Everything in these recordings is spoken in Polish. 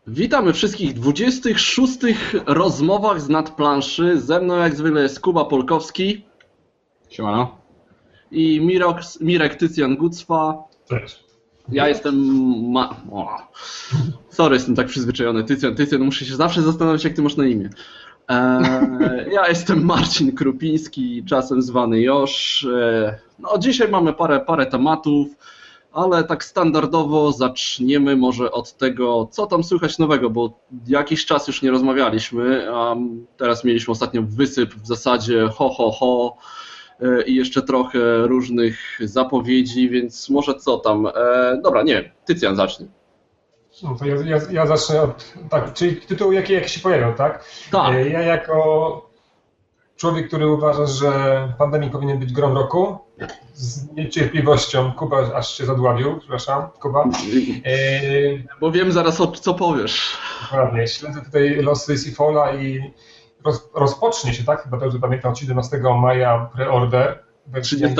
Witamy wszystkich w 26. rozmowach z nadplanszy. Ze mną jak zwykle jest Kuba Polkowski. Siemano. I Mirek Tycjan-Gucwa. Cześć. Ja jestem... Sorry, jestem tak przyzwyczajony. Tycjan, muszę się zawsze zastanowić, jak ty masz na imię. Ja jestem Marcin Krupiński, czasem zwany Josz. No, dzisiaj mamy parę tematów, ale tak standardowo zaczniemy może od tego, co tam słychać nowego, bo jakiś czas już nie rozmawialiśmy, a teraz mieliśmy ostatnio wysyp w zasadzie ho i jeszcze trochę różnych zapowiedzi, więc może co tam. Dobra, nie, Tycjan zacznij. No to ja zacznę od... Tak, czyli tytuł jaki się pojawią, tak? Tak. Ja jako człowiek, który uważa, że pandemii powinien być grą roku, z niecierpliwością, Kuba aż się zadławił, przepraszam, Kuba. Bo wiem zaraz, co powiesz. Dokładnie, śledzę tutaj losy Seafalla i rozpocznie się, tak? Chyba dobrze pamiętam, od 17 maja pre-order. 30.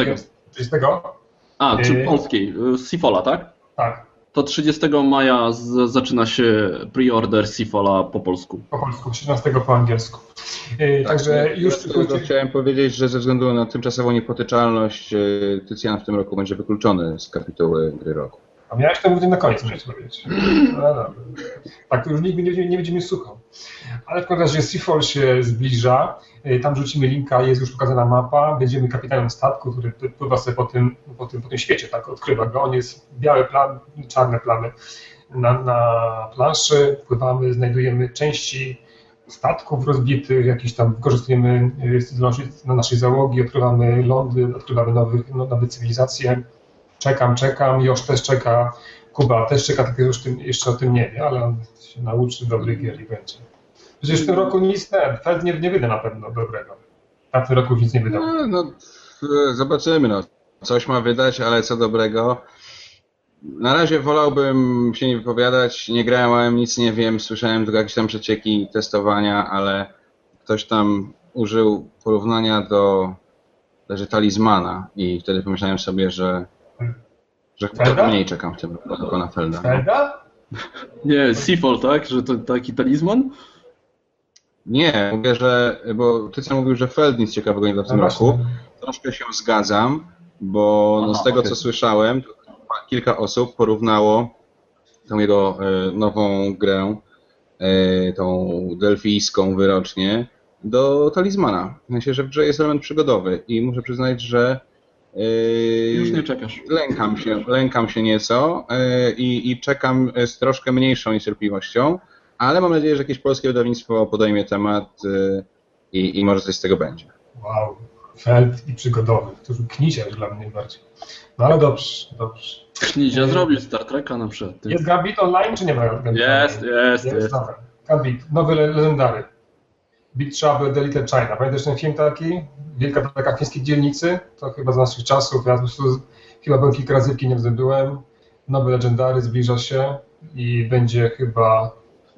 A, czy polskiej, Seafalla, tak? Tak. To 30 maja zaczyna się pre-order Seafalla po polsku. Po polsku, 17 po angielsku. Także już... Chciałem powiedzieć, że ze względu na tymczasową niepotyczalność Tycjan w tym roku będzie wykluczony z kapituły gry roku. A miałeś to mówić na końcu, miałeś powiedzieć. No dobra. Tak, to już nikt nie będzie mnie słuchał. Ale w każdym razie Seafall się zbliża. Tam rzucimy linka, jest już pokazana mapa. Będziemy kapitanem statku, który pływa sobie po tym świecie, tak, odkrywa go. On jest białe plamy, czarne plamy na planszy. Pływamy, znajdujemy części statków rozbitych, jakieś tam wykorzystujemy na naszej załogi, odkrywamy lądy, odkrywamy nowe cywilizacje. Czekam, Josz też czeka, Kuba też czeka, tylko już jeszcze o tym nie wie, ale on się nauczy dobrych gier i będzie. Przecież w tym roku nic Feld nie wyda na pewno dobrego. A w tym roku już nic nie wydał. No, zobaczymy, no. Coś ma wydać, ale co dobrego. Na razie wolałbym się nie wypowiadać, nie grałem, nic nie wiem, słyszałem tylko jakieś tam przecieki testowania, ale ktoś tam użył porównania do Talizmana i wtedy pomyślałem sobie, że mniej czekam w tym roku tylko na Felda. Felda? Nie, Seafall, tak? Że to taki talizman? Nie, mówię, bo Tycjan mówił, że Feld nic ciekawego nie da w tym roku. Troszkę się zgadzam, bo z tego co słyszałem, to kilka osób porównało tą jego nową grę, tą delfijską wyrocznie, do Talizmana. W sensie, że w grze jest element przygodowy i muszę przyznać, że już nie czekasz. Lękam się nieco i czekam z troszkę mniejszą niecierpliwością, ale mam nadzieję, że jakieś polskie wydawnictwo podejmie temat i może coś z tego będzie. Wow, Feld i przygodowy. To już knizia dla mnie bardziej. No ale dobrze. Knizia zrobił Star Treka na przykład. Jest Gambit online, czy nie ma Gambit? Jest. Dobra. Gambit, nowe legendary. Big Trouble, The Little China. Pamiętasz ten film taki? Wielka taka fińskiej dzielnicy? To chyba z naszych czasów. Ja po prostu chyba byłem kilka razy w kinie, nie byłem. Nowe legendary zbliża się i będzie chyba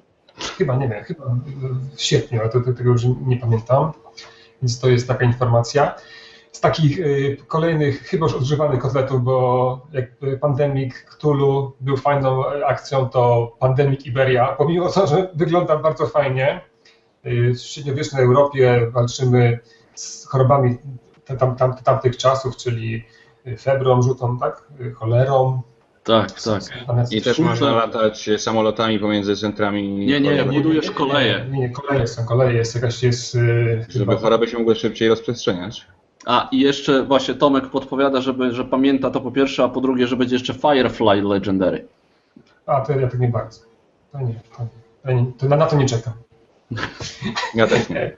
w sierpniu, ale tego już nie pamiętam. Więc to jest taka informacja. Z takich kolejnych, chyba już odżywanych kotletów, bo jak Pandemic Cthulhu był fajną akcją, to Pandemic Iberia, pomimo to, że wygląda bardzo fajnie, w średniowiecznej Europie walczymy z chorobami tamtych czasów, czyli febrą, żółtą, tak? Cholerą. Tak. I też można latać samolotami pomiędzy centrami. Nie, budujesz koleje. Nie, koleje jest jakaś żeby choroby się mogły szybciej rozprzestrzeniać. A i jeszcze właśnie Tomek podpowiada, że pamięta to po pierwsze, a po drugie, że będzie jeszcze Firefly Legendary. A, to ja tak nie bardzo. To na to nie czekam. Ja też nie.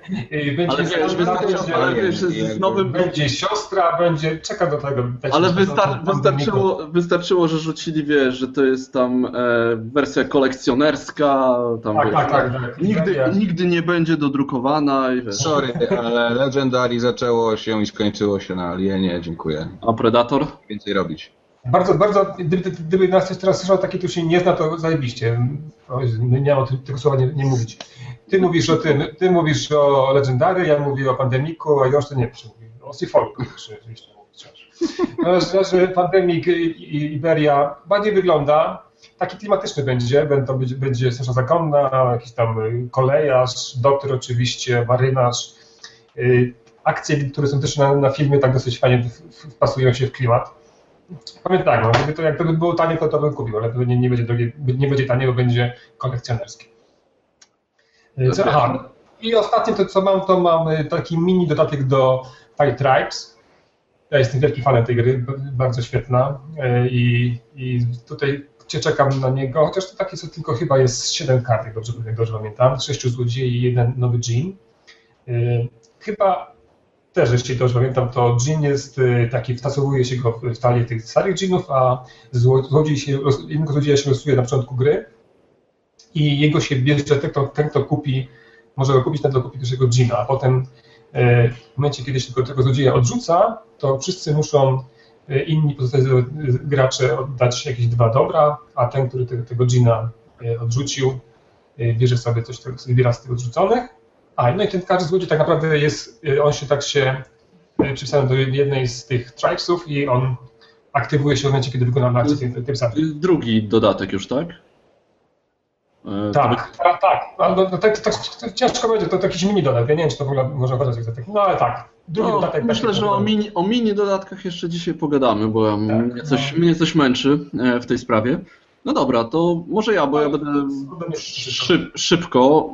Z nowym... Będzie siostra, czeka do tego. Ale wystarczyło, że rzucili, wiesz, że to jest tam wersja kolekcjonerska. Tam, tak. Nigdy nie będzie dodrukowana. I wiesz. Sorry, ale Legendary zaczęło się i skończyło się na Alienie, dziękuję. A Predator? Więcej robić. Bardzo, gdyby nas ktoś teraz słyszał, taki tu się nie zna, to zajebiście. Nie mam tego słowa nie mówić. Ty mówisz o Legendary, ja mówię o Pandemiku, a Josz to nie mówi. O Seafallu oczywiście mówić. Pandemic i Iberia ładnie wygląda. taki klimatyczny będzie strażna zakonna, jakiś tam kolejarz, doktor oczywiście, marynarz. Akcje, które są też na filmie, tak dosyć fajnie wpasują się w klimat. Powiem tak, no, jak to by było tanie, to bym kupił, ale pewnie nie będzie drogie, nie będzie tanie, bo będzie kolekcjonerskie. Aha, i ostatnie to co mam, to mam taki mini dodatek do Fire Tribes. Ja jestem wielkim fanem tej gry, bardzo świetna i tutaj czekam na niego, chociaż to takie co tylko chyba jest 7 kart, jak dobrze pamiętam, 6 złodziei i 1 nowy dżin. Chyba też, jeśli dobrze pamiętam, to dżin jest taki, wstosowuje się go w talię tych starych dżinów, a jednego złodzieja się losuje na początku gry i jego się bierze, ten kto kupi, może go kupić, ten kto kupi też jego dżina, a potem w momencie, kiedy się tego złodzieja odrzuca, to wszyscy muszą, inni pozostali gracze oddać jakieś 2 dobra, a ten, który tego dżina odrzucił, bierze sobie coś, co wybiera z tych odrzuconych. No i ten każdy złodziej tak naprawdę on się przypisany do jednej z tych tribesów i on aktywuje się w momencie, kiedy wykonamy akcję tym samym. Drugi dodatek już, tak? Tak. Tak ciężko będzie, to jakiś mini dodatek, ja nie wiem, czy to w ogóle można uważać jak dodatek, no ale tak. Drugi dodatek. Myślę, że o mini dodatkach jeszcze dzisiaj pogadamy, bo mnie coś męczy w tej sprawie. No dobra, to może ja będę szybko.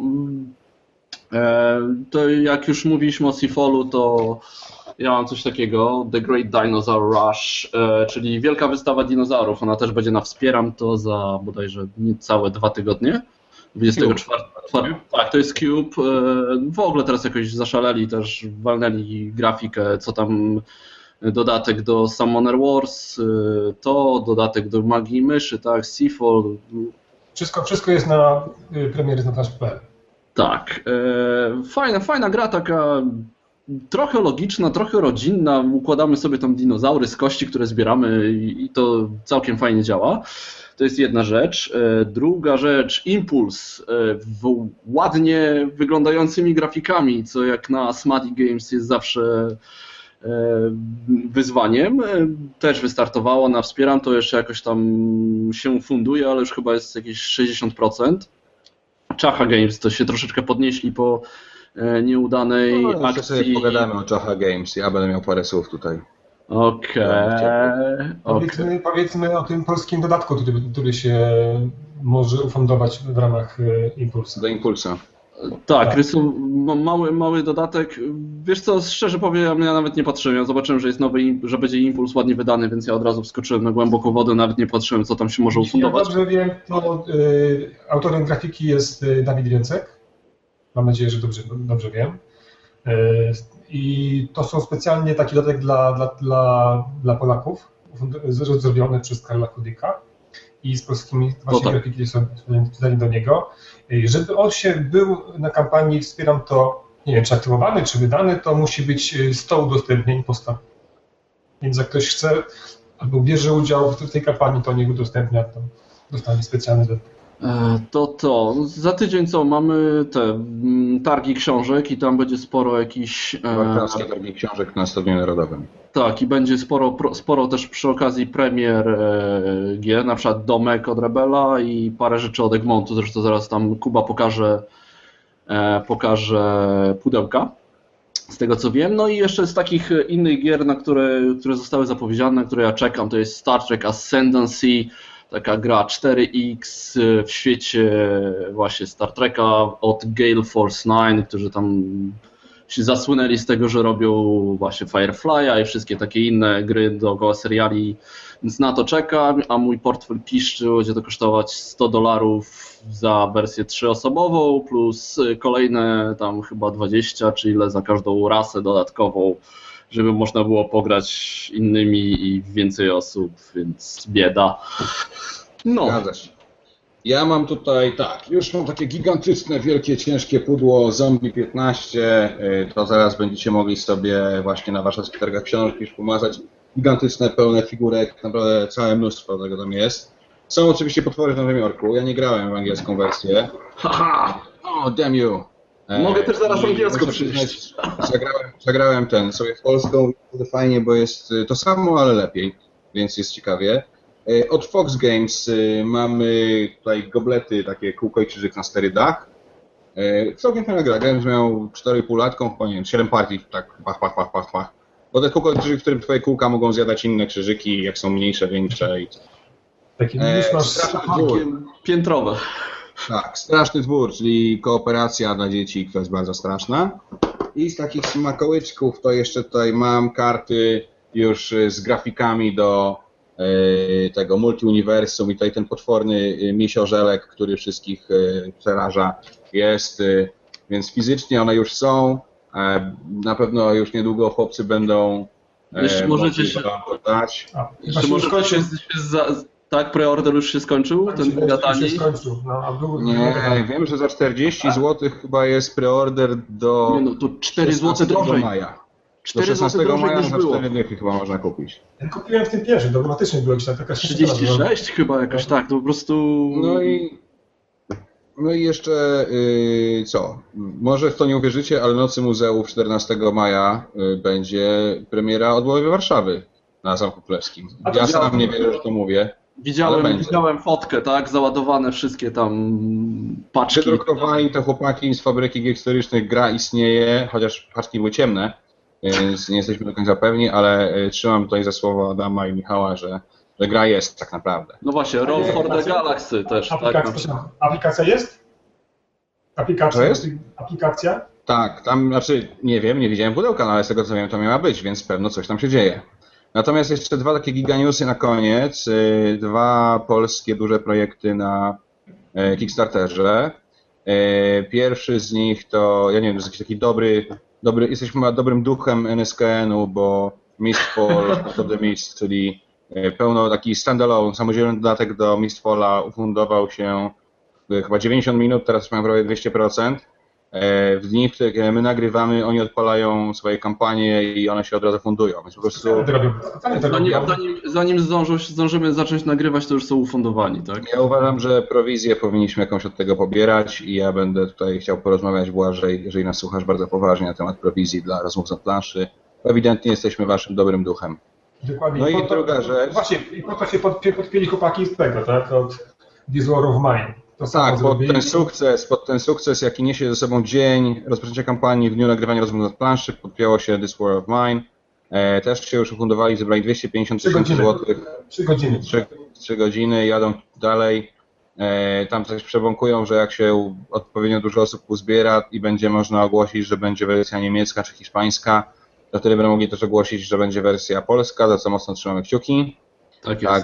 To jak już mówiliśmy o Seafallu, to ja mam coś takiego, The Great Dinosaur Rush, czyli wielka wystawa dinozaurów. Ona też będzie na Wspieram to za bodajże niecałe 2 tygodnie. 24. Tak, to jest Cube. W ogóle teraz jakoś zaszaleli, też walnęli grafikę, co tam dodatek do Summoner Wars, to dodatek do Magii i Myszy, tak, Seafall. Wszystko jest na premiery na Flash.pl. Tak, fajna gra, taka trochę logiczna, trochę rodzinna, układamy sobie tam dinozaury z kości, które zbieramy i to całkiem fajnie działa. To jest jedna rzecz. Druga rzecz, Impuls, ładnie wyglądającymi grafikami, co jak na Smutty Games jest zawsze wyzwaniem. Też wystartowało na Wspieram, to jeszcze jakoś tam się funduje, ale już chyba jest jakieś 60%. Chacha Games to się troszeczkę podnieśli po nieudanej akcji. Sobie pogadamy o Chacha Games, ja będę miał parę słów tutaj. Powiedzmy o tym polskim dodatku, który się może ufundować w ramach Impulsa. Do Impulsa. Tak, mały dodatek. Wiesz co, szczerze powiem, ja nawet nie patrzyłem. Ja zobaczyłem, że jest nowy, że będzie Impuls ładnie wydany, więc ja od razu wskoczyłem na głęboką wodę, nawet nie patrzyłem, co tam się może ufundować. Ja dobrze wiem, to autorem grafiki jest Dawid Więcek. Mam nadzieję, że dobrze wiem. I to są specjalnie taki dodatek dla Polaków, zrobiony przez Karla Chudyka i z polskimi właśnie grafiki są pisani do niego. Żeby on był na kampanii Wspieram to, nie wiem, czy aktywowany, czy wydany, to musi być 100 udostępnień postaw. Więc jak ktoś chce albo bierze udział w tej kampanii, to niech udostępnia, to dostanie specjalny dodatek. Za tydzień mamy te targi książek i tam będzie sporo jakichś... Warszawskie targi książek na Stadionie Narodowym. Tak, i będzie sporo też przy okazji premier gier, na przykład Domek od Rebela i parę rzeczy od Egmontu, zresztą zaraz tam Kuba pokaże pudełka, z tego co wiem. No i jeszcze z takich innych gier, na które zostały zapowiedziane, na które ja czekam, to jest Star Trek Ascendancy, taka gra 4X w świecie właśnie Star Treka od Gale Force 9, którzy tam się zasłynęli z tego, że robią właśnie Firefly'a i wszystkie takie inne gry dookoła seriali, więc na to czekam, a mój portfel piszczy, będzie to kosztować $100 za wersję 3-osobową, plus kolejne tam chyba 20 czy ile za każdą rasę dodatkową, żeby można było pograć innymi i więcej osób, więc bieda. No. Zgadza się. Ja mam tutaj, już mam takie gigantyczne, wielkie, ciężkie pudło Zombie 15, to zaraz będziecie mogli sobie właśnie na warszawskich targach książek już pomazać. Gigantyczne, pełne figurek, naprawdę całe mnóstwo tego tam jest. Są oczywiście potwory w Nowym Jorku, ja nie grałem w angielską wersję. Haha! Oh, damn you! Mogę też zaraz angielską przyjść. Zagrałem sobie w polską, fajnie, bo jest to samo, ale lepiej, więc jest ciekawie. Od Fox Games mamy tutaj goblety, takie kółko i krzyżyk na sterydach. Całkiem fajna gra. Games miał 4,5 latką, chyba nie wiem, 7 partii, tak pach. Bo te kółko i krzyżyk, w którym twoje kółka mogą zjadać inne krzyżyki, jak są mniejsze, większe i co. Taki widzisz, masz Piętrowe. Tak, Straszny Dwór, czyli kooperacja dla dzieci, która jest bardzo straszna. I z takich smakołyczków to jeszcze tutaj mam karty już z grafikami do tego multiuniwersum i tutaj ten potworny misiorzelek, który wszystkich przeraża jest, więc fizycznie one już są. Na pewno już niedługo chłopcy będą Jeszcze możecie się... Jeszcze możecie się... Tak, preorder już się skończył? Ten bogatani? Nie, wiem, że za 40 zł chyba jest preorder do... Nie, no to 4 zł drożej. Maja. 4 do 16 maja za 4 dychy chyba można kupić. Ja kupiłem w tym pierwszym, dogmatycznie było taka 36 chyba jakoś tak, to po prostu... No i jeszcze co? Może w to nie uwierzycie, ale Nocy Muzeów 14 maja będzie premiera Odbudowy Warszawy na Zamku Królewskim. Ja sam nie wierzę, że to mówię. Widziałem fotkę, tak? Załadowane wszystkie tam paczki. Wydrukowali te chłopaki z fabryki historycznych, gra istnieje, chociaż paczki były ciemne, więc nie jesteśmy do końca pewni, ale trzymam tutaj za słowo Adama i Michała, że gra jest tak naprawdę. No właśnie, Roll for the Galaxy też. Aplikacja jest? Aplikacja? Tak, tam, znaczy nie wiem, nie widziałem pudełka, no ale z tego co wiem to miała być, więc pewno coś tam się dzieje. Natomiast jeszcze 2 takie giganiusy na koniec, 2 polskie duże projekty na Kickstarterze. Pierwszy z nich to, ja nie wiem, to jest jakiś taki dobry, jesteśmy chyba dobrym duchem NSKN-u, bo Mistfall to The Mist, czyli pełno taki standalone, samodzielny dodatek do Mistfalla ufundował się chyba 90 minut, teraz mają prawie 200%. W dni, w których my nagrywamy, oni odpalają swoje kampanie i one się od razu fundują. Więc po prostu... Zanim zdążymy zacząć nagrywać, to już są ufundowani, tak? Ja uważam, że prowizję powinniśmy jakąś od tego pobierać i ja będę tutaj chciał porozmawiać, Błażej, jeżeli nas słuchasz bardzo poważnie na temat prowizji dla rozmów na planszy. Ewidentnie jesteśmy waszym dobrym duchem. Dokładnie. No i druga rzecz... Właśnie, i po to się podpięli chłopaki z tego, tak? Od This War of Mine. Tak, pod ten sukces, jaki niesie ze sobą dzień rozpoczęcia kampanii w dniu nagrywania rozmów na planszy, podpięło się This War of Mine. Też się już ufundowali, zebrali 250 000 złotych. 3 godziny. 3 godziny, jadą dalej. Tam coś przebąkują, że jak się odpowiednio dużo osób uzbiera i będzie można ogłosić, że będzie wersja niemiecka czy hiszpańska, to wtedy będą mogli też ogłosić, że będzie wersja polska, za co mocno trzymamy kciuki. Tak jest.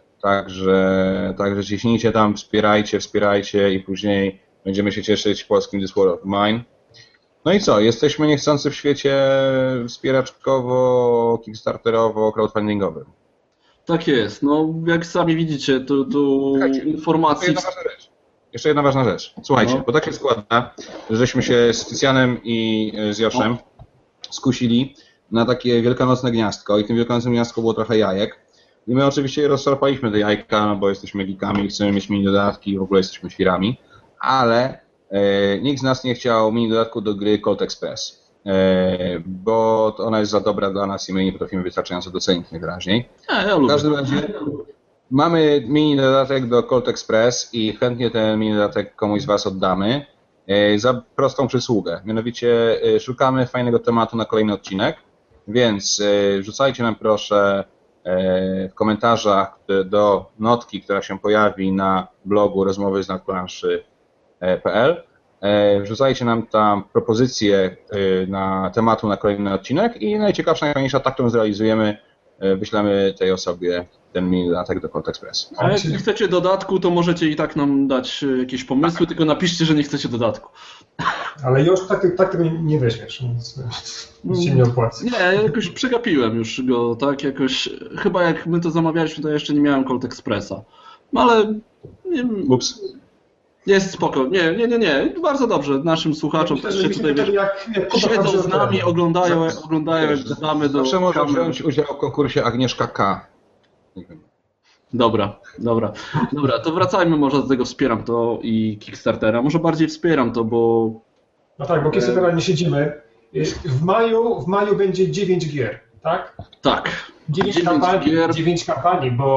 Także ciśnijcie tam, wspierajcie i później będziemy się cieszyć polskim This War of Mine. No i co? Jesteśmy niechcący w świecie wspieraczkowo, kickstarterowo, crowdfundingowym. Tak jest. No jak sami widzicie, to informacji... Jeszcze jedna ważna rzecz. Słuchajcie, bo tak się składa, żeśmy się z Tycjanem i z Joszem skusili na takie wielkanocne gniazdko i tym wielkanocnym gniazdku było trochę jajek. I my oczywiście rozszarpaliśmy te jajka, no bo jesteśmy geekami, chcemy mieć mini dodatki i w ogóle jesteśmy świrami, ale nikt z nas nie chciał mini dodatku do gry Colt Express, bo ona jest za dobra dla nas i my nie potrafimy wystarczająco docenić najwyraźniej. W każdym razie mamy mini dodatek do Colt Express i chętnie ten mini dodatek komuś z was oddamy za prostą przysługę. Mianowicie szukamy fajnego tematu na kolejny odcinek, więc rzucajcie nam proszę w komentarzach do notki, która się pojawi na blogu rozmowy z nadplanszy.pl. Wrzucajcie nam tam propozycje na tematu na kolejny odcinek i najciekawsza, najfajniejsza, tak którą zrealizujemy, wyślemy tej osobie ten mini dodatek do Colt Express. A jak nie chcecie dodatku, to możecie i tak nam dać jakieś pomysły, tylko napiszcie, że nie chcecie dodatku. Ale już tak tego nie weźmiesz, więc się nie opłaca. Nie, ja jakoś przegapiłem już go, tak, jakoś, chyba jak my to zamawialiśmy, to jeszcze nie miałem Colt Expressa. No ale... Ups. Jest spoko. Nie. Bardzo dobrze. Naszym słuchaczom też się tutaj siedzą z nami, oglądają jak dodamy do... Zawsze może wziąć udział w konkursie Agnieszka K. Nie wiem. Dobra, to wracajmy może do tego wspieram to i Kickstartera. Może bardziej wspieram to, bo... No tak, bo Kickstartera nie siedzimy. W maju będzie 9 gier, tak? Tak. 9 kampanii, bo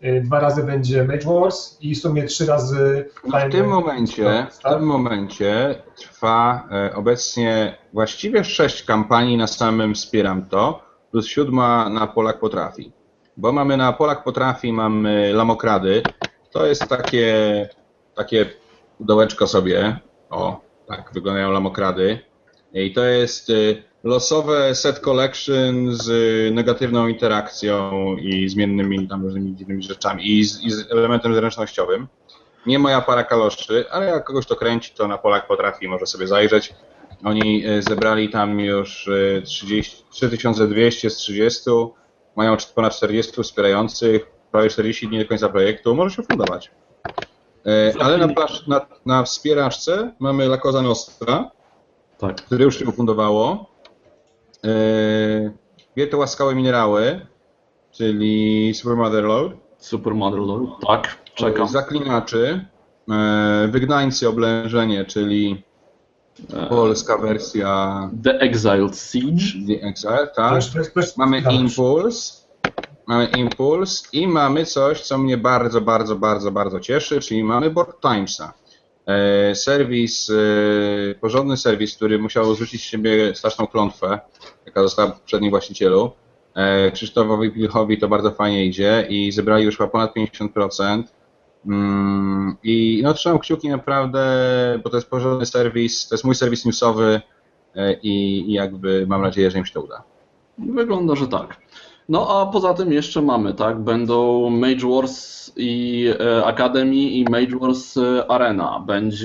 2 razy będzie Mage Wars i w sumie 3 razy... W tym momencie trwa obecnie właściwie 6 kampanii na samym Wspieram To, plus 7 na Polak Potrafi. Bo mamy na Polak Potrafi, mamy Lamokrady, to jest takie pudełeczko sobie, o, tak wyglądają Lamokrady. I to jest losowe set collection z negatywną interakcją i zmiennymi tam różnymi dziwnymi rzeczami i z elementem zręcznościowym. Nie moja para kaloszy, ale jak kogoś to kręci, to na Polak Potrafi może sobie zajrzeć. Oni zebrali tam już 3200 z 30, mają ponad 40 wspierających, prawie 40 dni do końca projektu, może się fundować. Ale na wspieraczce mamy La Cosa Nostra, tak, które już się ufundowało. Wielkie łaskałe minerały, czyli Super Motherlode. Super Motherlode, tak, czekam. Zaklinaczy, Wygnańcy Oblężenie, czyli polska wersja The Exiled Siege. The Exile, tak. Mamy Impuls i mamy coś, co mnie bardzo, bardzo, bardzo, bardzo cieszy, czyli mamy Board Timesa. Serwis, porządny serwis, który musiał zrzucić z siebie straszną klątwę, jaka została w poprzednim właścicielu. Krzysztofowi Pilchowi to bardzo fajnie idzie i zebrali już chyba ponad 50%. I no trzymam kciuki naprawdę, bo to jest porządny serwis, to jest mój serwis newsowy i jakby mam nadzieję, że im się to uda. Wygląda, że tak. No a poza tym jeszcze mamy, tak, będą Mage Wars i Academy i Mage Wars Arena,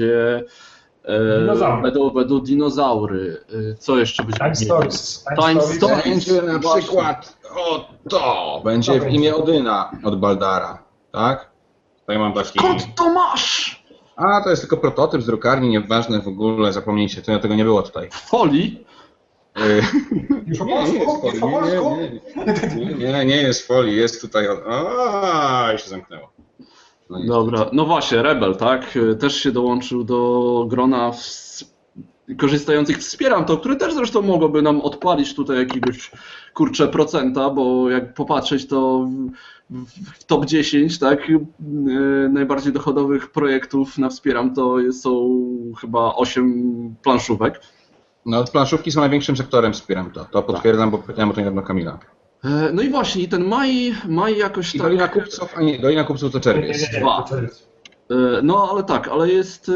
będą dinozaury, co jeszcze będzie? Time Stories. Będzie na przykład będzie w imię Odyna od Baldara, tak? Tutaj mam taki... Skąd to masz? A, to jest tylko prototyp z drukarni, nieważne w ogóle, zapomnijcie, tego nie było tutaj. W folii? Już po polsku? Nie jest w folii, jest tutaj... A, się zamknęło. No dobra, no właśnie, Rebel, tak? Też się dołączył do grona korzystających Wspieram To, które też zresztą mogłoby nam odpalić tutaj jakiegoś procenta, bo jak popatrzeć, to w top 10, tak, najbardziej dochodowych projektów na Wspieram To są chyba 8 planszówek. No, planszówki są największym sektorem Wspieram To. To potwierdzam, bo pytałem o to niedawno Kamila. No i właśnie, ten maj jakoś tak... Dolina Kupców, a nie, Dolina Kupców to czerwiec. No ale tak, ale jest...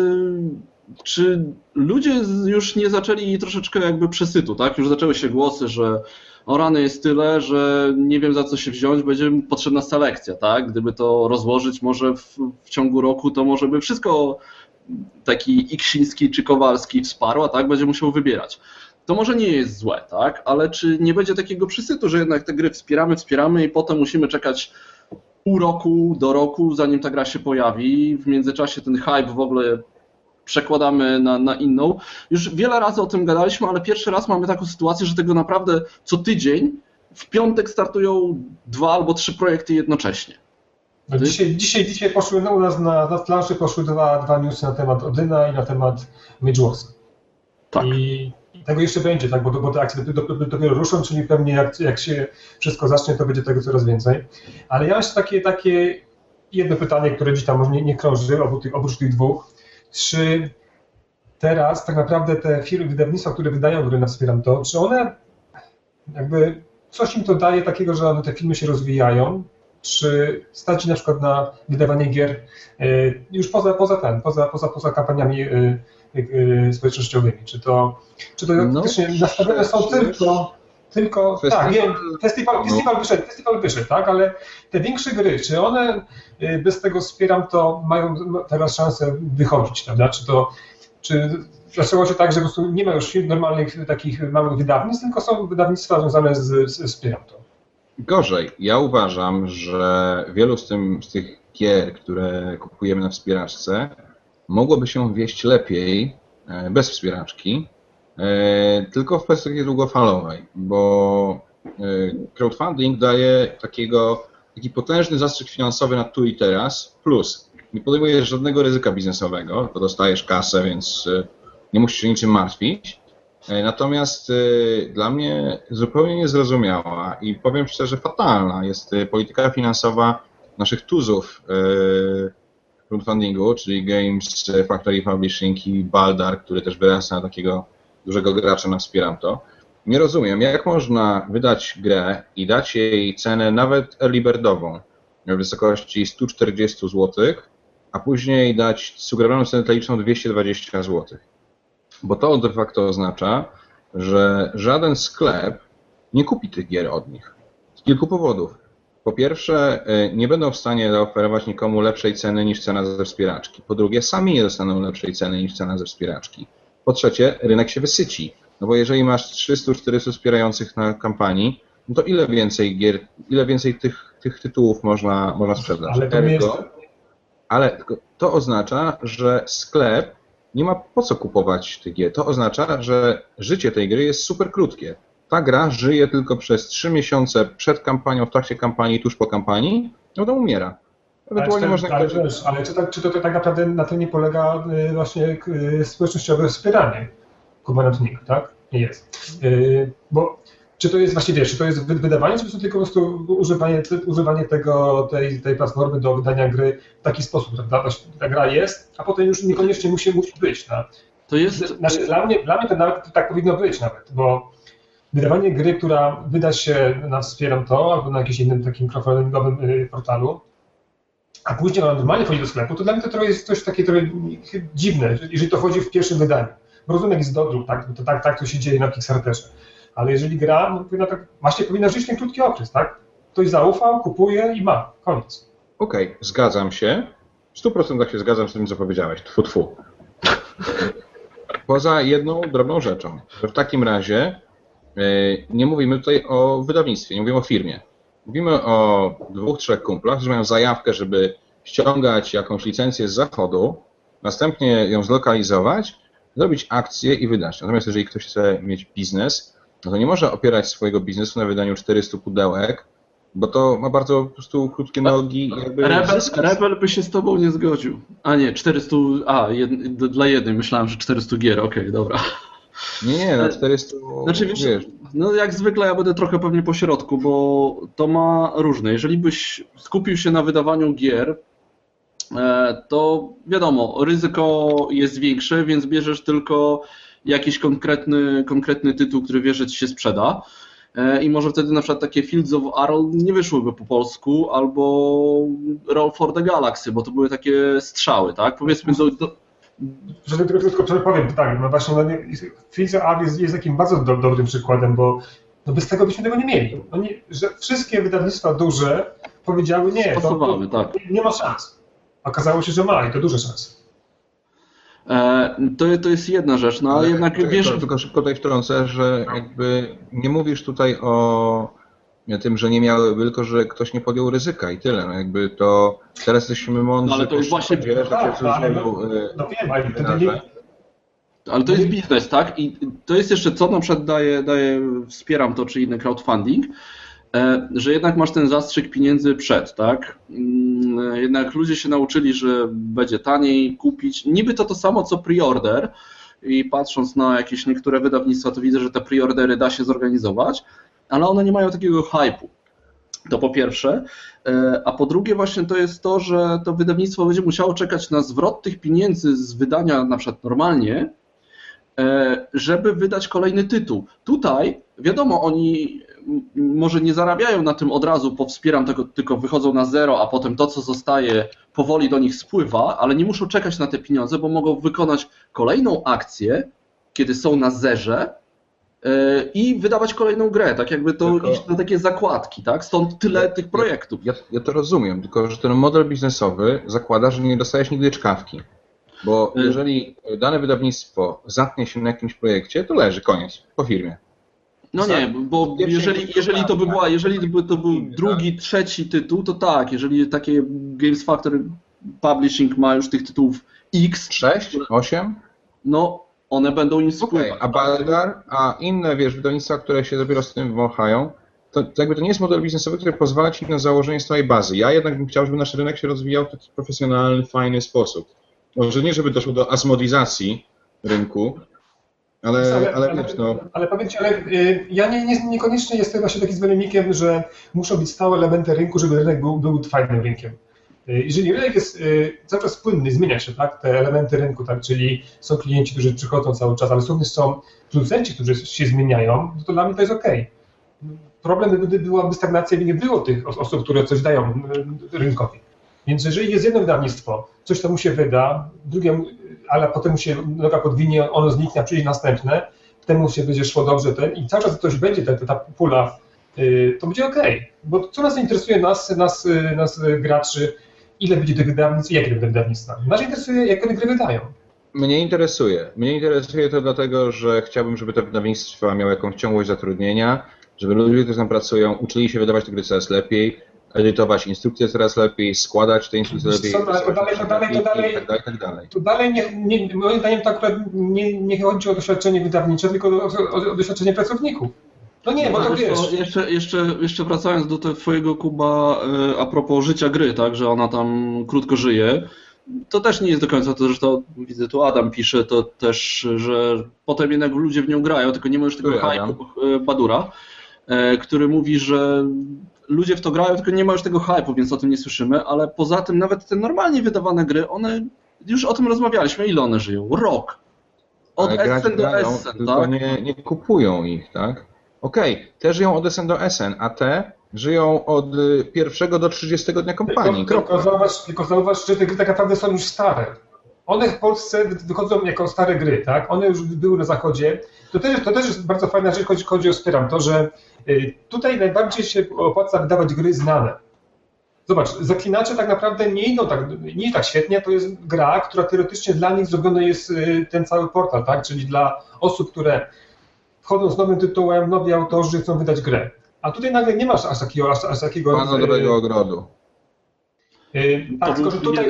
Czy ludzie już nie zaczęli troszeczkę jakby przesytu, tak? Już zaczęły się głosy, że o rany jest tyle, że nie wiem za co się wziąć, będzie potrzebna selekcja, tak? Gdyby to rozłożyć może w ciągu roku, to może by wszystko taki Iksiński czy Kowalski wsparł, a tak będzie musiał wybierać. To może nie jest złe, tak? Ale czy nie będzie takiego przesytu, że jednak te gry wspieramy i potem musimy czekać pół roku do roku, zanim ta gra się pojawi. W międzyczasie ten hype w ogóle przekładamy na inną. Już wiele razy o tym gadaliśmy, ale pierwszy raz mamy taką sytuację, że tego naprawdę co tydzień w piątek startują 2 albo 3 projekty jednocześnie. No dzisiaj poszły u nas na planszy poszły dwa newsy na temat Odyna i na temat Mage Warsa. Tak. I tego jeszcze będzie, tak, bo te akcje dopiero ruszą, czyli pewnie jak się wszystko zacznie, to będzie tego coraz więcej. Ale ja mam jeszcze takie jedno pytanie, które gdzieś tam może nie krąży oprócz tych dwóch. Czy teraz tak naprawdę te firmy, wydawnictwa, które wydają gry na Wspieram To, czy one jakby coś im to daje takiego, że te filmy się rozwijają? Czy stać na przykład na wydawanie gier już poza kampaniami społecznościowymi? Czy to faktycznie nastawione są tylko tak, wiem, festiwal wyszedł, tak, ale te większe gry, czy one bez tego Wspieram To mają teraz szansę wychodzić, prawda? Czy zaczęło się tak, że po prostu nie ma już normalnych takich małych wydawnictw, tylko są wydawnictwa związane z Wspieram To? Gorzej. Ja uważam, że wielu z tych gier, które kupujemy na wspieraczce, mogłoby się wieść lepiej bez wspieraczki, tylko w perspektywie długofalowej, bo crowdfunding daje taki potężny zastrzyk finansowy na tu i teraz, plus nie podejmujesz żadnego ryzyka biznesowego, bo dostajesz kasę, więc nie musisz się niczym martwić. Natomiast dla mnie zupełnie niezrozumiała i powiem szczerze fatalna jest polityka finansowa naszych tuzów crowdfundingu, czyli Games Factory Publishing i Baldar, który też wyrasta na takiego dużego gracza na Wspieram.to. Nie rozumiem, jak można wydać grę i dać jej cenę nawet early birdową w wysokości 140 zł, a później dać sugerowaną cenę detaliczną 220 zł. Bo to de facto oznacza, że żaden sklep nie kupi tych gier od nich. Z kilku powodów. Po pierwsze, nie będą w stanie zaoferować nikomu lepszej ceny niż cena ze wspieraczki. Po drugie, sami nie dostaną lepszej ceny niż cena ze wspieraczki. Po trzecie, rynek się wysyci. No bo jeżeli masz 300-400 wspierających na kampanii, no to ile więcej gier, ile więcej tych tytułów można sprzedać? Ale to oznacza, że sklep nie ma po co kupować tych gier. To oznacza, że życie tej gry jest super krótkie. Ta gra żyje tylko przez 3 miesiące przed kampanią, w trakcie kampanii, tuż po kampanii, no to umiera. Ewentualnie można... Ale czy to tak naprawdę na tym nie polega właśnie społecznościowe wspieranie Kubernetes, tak? Nie jest. Bo czy to jest właśnie, wiesz, czy to jest wydawanie, czy to tylko po prostu używanie tej platformy do wydania gry w taki sposób, prawda? Ta gra jest, a potem już niekoniecznie musi być. Tak? To jest... Znaczy, dla mnie to nawet tak powinno być nawet, bo wydawanie gry, która wyda się na Wspieram.to albo na jakimś innym takim crowdfundingowym portalu, a później ona normalnie wchodzi do sklepu, to dla mnie to trochę jest coś takie trochę dziwne, jeżeli to wchodzi w pierwszym wydaniu. Bo rozumiem, jak jest dodruk, tak? Bo to tak to się dzieje na Kickstarterze. Ale jeżeli gra, no, powinna żyć ten krótki okres, tak? Ktoś zaufał, kupuje i ma. Koniec. Okej, zgadzam się. W 100% się zgadzam z tym, co powiedziałeś. Tfu. Poza jedną drobną rzeczą, że w takim razie nie mówimy tutaj o wydawnictwie, nie mówimy o firmie. Mówimy o 2-3 kumplach, którzy mają zajawkę, żeby ściągać jakąś licencję z zachodu, następnie ją zlokalizować, zrobić akcję i wydać. Natomiast jeżeli ktoś chce mieć biznes, no to nie może opierać swojego biznesu na wydaniu 400 pudełek, bo to ma bardzo po prostu krótkie nogi. Rebel by się z tobą nie zgodził. A nie, 400, dla jednej myślałem, że 400 gier, okej, dobra. Nie, na 400, znaczy, wiesz, no jak zwykle ja będę trochę pewnie po środku, bo to ma różne. Jeżeli byś skupił się na wydawaniu gier, to wiadomo, ryzyko jest większe, więc bierzesz tylko jakiś konkretny tytuł, który wiesz, że ci się sprzeda. I może wtedy na przykład takie Fields of Arle nie wyszłyby po polsku, albo Roll for the Galaxy, bo to były takie strzały, tak? Powiedzmy że tylko powiem, tak, no właśnie Fields of Arle jest takim bardzo dobrym przykładem, bo no bez tego byśmy tego nie mieli. Że wszystkie wydawnictwa duże powiedziały nie, tak. Nie ma szans. Okazało się, że ma i to duże szanse. To jest jedna rzecz, no ale jednak wiesz... Tylko szybko tutaj wtrącę, że jakby nie mówisz tutaj o tym, że nie miałyby, tylko że ktoś nie podjął ryzyka i tyle. No jakby to teraz jesteśmy mądrzy. No ale to jest właśnie... Ale to jest biznes, tak? I to jest jeszcze co na przykład daje Wspieram.to czy inny crowdfunding, że jednak masz ten zastrzyk pieniędzy przed, tak? Jednak ludzie się nauczyli, że będzie taniej kupić. Niby to samo co pre-order i patrząc na jakieś niektóre wydawnictwa, to widzę, że te pre-ordery da się zorganizować, ale one nie mają takiego hype'u. To po pierwsze. A po drugie właśnie to jest to, że to wydawnictwo będzie musiało czekać na zwrot tych pieniędzy z wydania na przykład normalnie, żeby wydać kolejny tytuł. Tutaj, wiadomo, oni może nie zarabiają na tym od razu, po Wspieram tego, tylko wychodzą na zero, a potem to, co zostaje, powoli do nich spływa, ale nie muszą czekać na te pieniądze, bo mogą wykonać kolejną akcję, kiedy są na zerze i wydawać kolejną grę, tak jakby to iść na takie zakładki, tak? Stąd tyle tych projektów. Ja to rozumiem, tylko że ten model biznesowy zakłada, że nie dostajesz nigdy czkawki. Bo jeżeli dane wydawnictwo zatnie się na jakimś projekcie, to leży, koniec, po firmie. No nie, bo jeżeli to był drugi, trzeci tytuł, to tak, jeżeli takie Games Factory Publishing ma już tych tytułów X. 6? 8? No, one będą im spływać. A Baldar, a inne, wydawnictwa, które się dopiero z tym wąchają, to jakby to nie jest model biznesowy, który pozwala ci na założenie stałej bazy. Ja jednak bym chciał, żeby nasz rynek się rozwijał w taki profesjonalny, fajny sposób. Może nie, żeby doszło do asmodizacji rynku, Ale wiesz, no... Ale powiem Ci, ja niekoniecznie jestem właśnie takim zwolennikiem, że muszą być stałe elementy rynku, żeby rynek był fajnym rynkiem. Jeżeli rynek jest cały czas płynny, zmienia się, tak, te elementy rynku, tak, czyli są klienci, którzy przychodzą cały czas, ale również są producenci, którzy się zmieniają, to dla mnie to jest okej. Problem, gdyby byłaby stagnacja i nie było tych osób, które coś dają rynkowi. Więc jeżeli jest jedno wydawnictwo, coś tam mu się wyda, drugie, ale potem mu się noga podwinie, ono zniknie, a przyjdzie następne, temu się będzie szło dobrze i cały czas ktoś będzie, ta pula, to będzie okej. Bo co nas interesuje, nas graczy, ile będzie tych wydawnictw i jakie będą wydawnictwa. Nas interesuje, jak one gry wydają. Mnie interesuje to dlatego, że chciałbym, żeby te wydawnictwa miały jakąś ciągłość zatrudnienia, żeby ludzie, którzy tam pracują, uczyli się wydawać te gry coraz lepiej, edytować instrukcje coraz lepiej, składać te instrukcje lepiej, i tak dalej. To dalej moim zdaniem to akurat nie chodzi o doświadczenie wydawnicze, tylko o doświadczenie pracowników. No nie, bo to wiesz. Jeszcze wracając do tego twojego, Kuba, a propos życia gry, tak, że ona tam krótko żyje, to też nie jest do końca to, że to, widzę tu Adam pisze, to też, że potem jednak ludzie w nią grają, tylko nie ma już tego hype'u, Badura, który mówi, że ludzie w to grają, tylko nie ma już tego hype'u, więc o tym nie słyszymy, ale poza tym nawet te normalnie wydawane gry, one, już o tym rozmawialiśmy, ile one żyją? Rok. Od SN do SN, tylko tak? nie kupują ich, tak? Okej, te żyją od SN do SN, a te żyją od 1 do 30 dnia kampanii. Tylko zauważ, że te gry tak naprawdę są już stare. One w Polsce wychodzą jako stare gry, tak? One już były na zachodzie. To też jest bardzo fajna rzecz, chodzi o wspieram to, że tutaj najbardziej się opłaca wydawać gry znane. Zobacz, Zaklinacze tak naprawdę nie tak świetnie, to jest gra, która teoretycznie dla nich zrobiony jest ten cały portal, tak? Czyli dla osób, które wchodzą z nowym tytułem, nowi autorzy chcą wydać grę. A tutaj nagle nie masz aż takiego Pana dobrego ogrodu. Tak, tylko że tutaj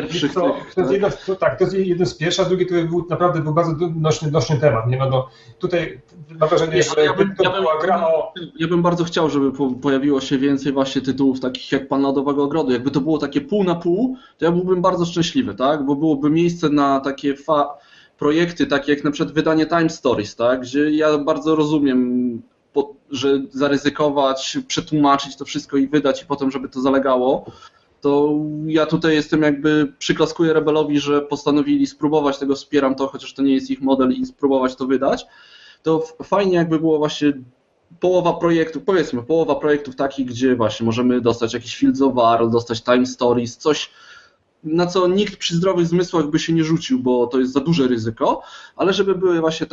to jest jeden z pierwszych, a drugi to naprawdę był bardzo nośny temat. Nie? No, tutaj mam wrażenie, że była gra o... Ja bym bardzo chciał, żeby pojawiło się więcej właśnie tytułów takich jak Pan Lodowego Ogrodu. Jakby to było takie pół na pół, to ja byłbym bardzo szczęśliwy, tak? Bo byłoby miejsce na takie projekty, takie jak na przykład wydanie Time Stories, tak? Gdzie ja bardzo rozumiem, że zaryzykować, przetłumaczyć to wszystko i wydać i potem, żeby to zalegało. To ja tutaj jestem jakby, przyklaskuję Rebelowi, że postanowili spróbować tego, wspieram to, chociaż to nie jest ich model i spróbować to wydać. To fajnie jakby było właśnie połowa projektów takich, gdzie właśnie możemy dostać jakiś Fields of War, dostać Time Stories, coś, na co nikt przy zdrowych zmysłach by się nie rzucił, bo to jest za duże ryzyko, ale żeby były właśnie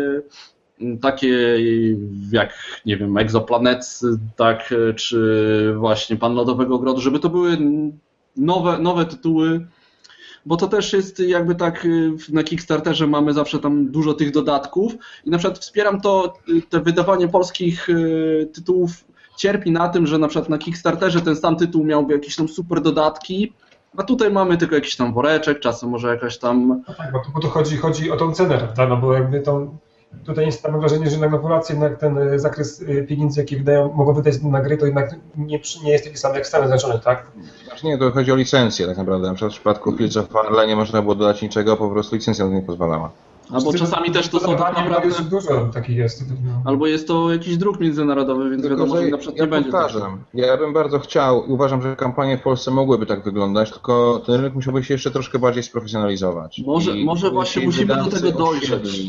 takie jak, nie wiem, Exoplanets, tak, czy właśnie Pan Lodowego Ogrodu, żeby to były nowe tytuły, bo to też jest jakby tak, na Kickstarterze mamy zawsze tam dużo tych dodatków i na przykład wspieram te wydawanie polskich tytułów cierpi na tym, że na przykład na Kickstarterze ten sam tytuł miałby jakieś tam super dodatki, a tutaj mamy tylko jakiś tam woreczek, czasem może jakaś tam... No tak, bo tu chodzi o tą cenę, prawda? No bo jakby tutaj jest tam wrażenie, że na Polacy jednak ten zakres pieniędzy, jakie mogą wydać na gry, to jednak nie jest taki sam jak w Stanach Zjednoczonych, tak? Nie, to chodzi o licencję tak naprawdę. Na przykład w przypadku Fields of War nie można było dodać niczego, po prostu licencja na to nie pozwalała. Albo czasami też to są tak naprawdę... Dużo takich jest. Albo jest to jakiś druk międzynarodowy, więc wiadomo, że na przykład nie będzie. Ja bym bardzo chciał i uważam, że kampanie w Polsce mogłyby tak wyglądać, tylko ten rynek musiałby się jeszcze troszkę bardziej sprofesjonalizować. Może właśnie musimy do tego dojrzeć.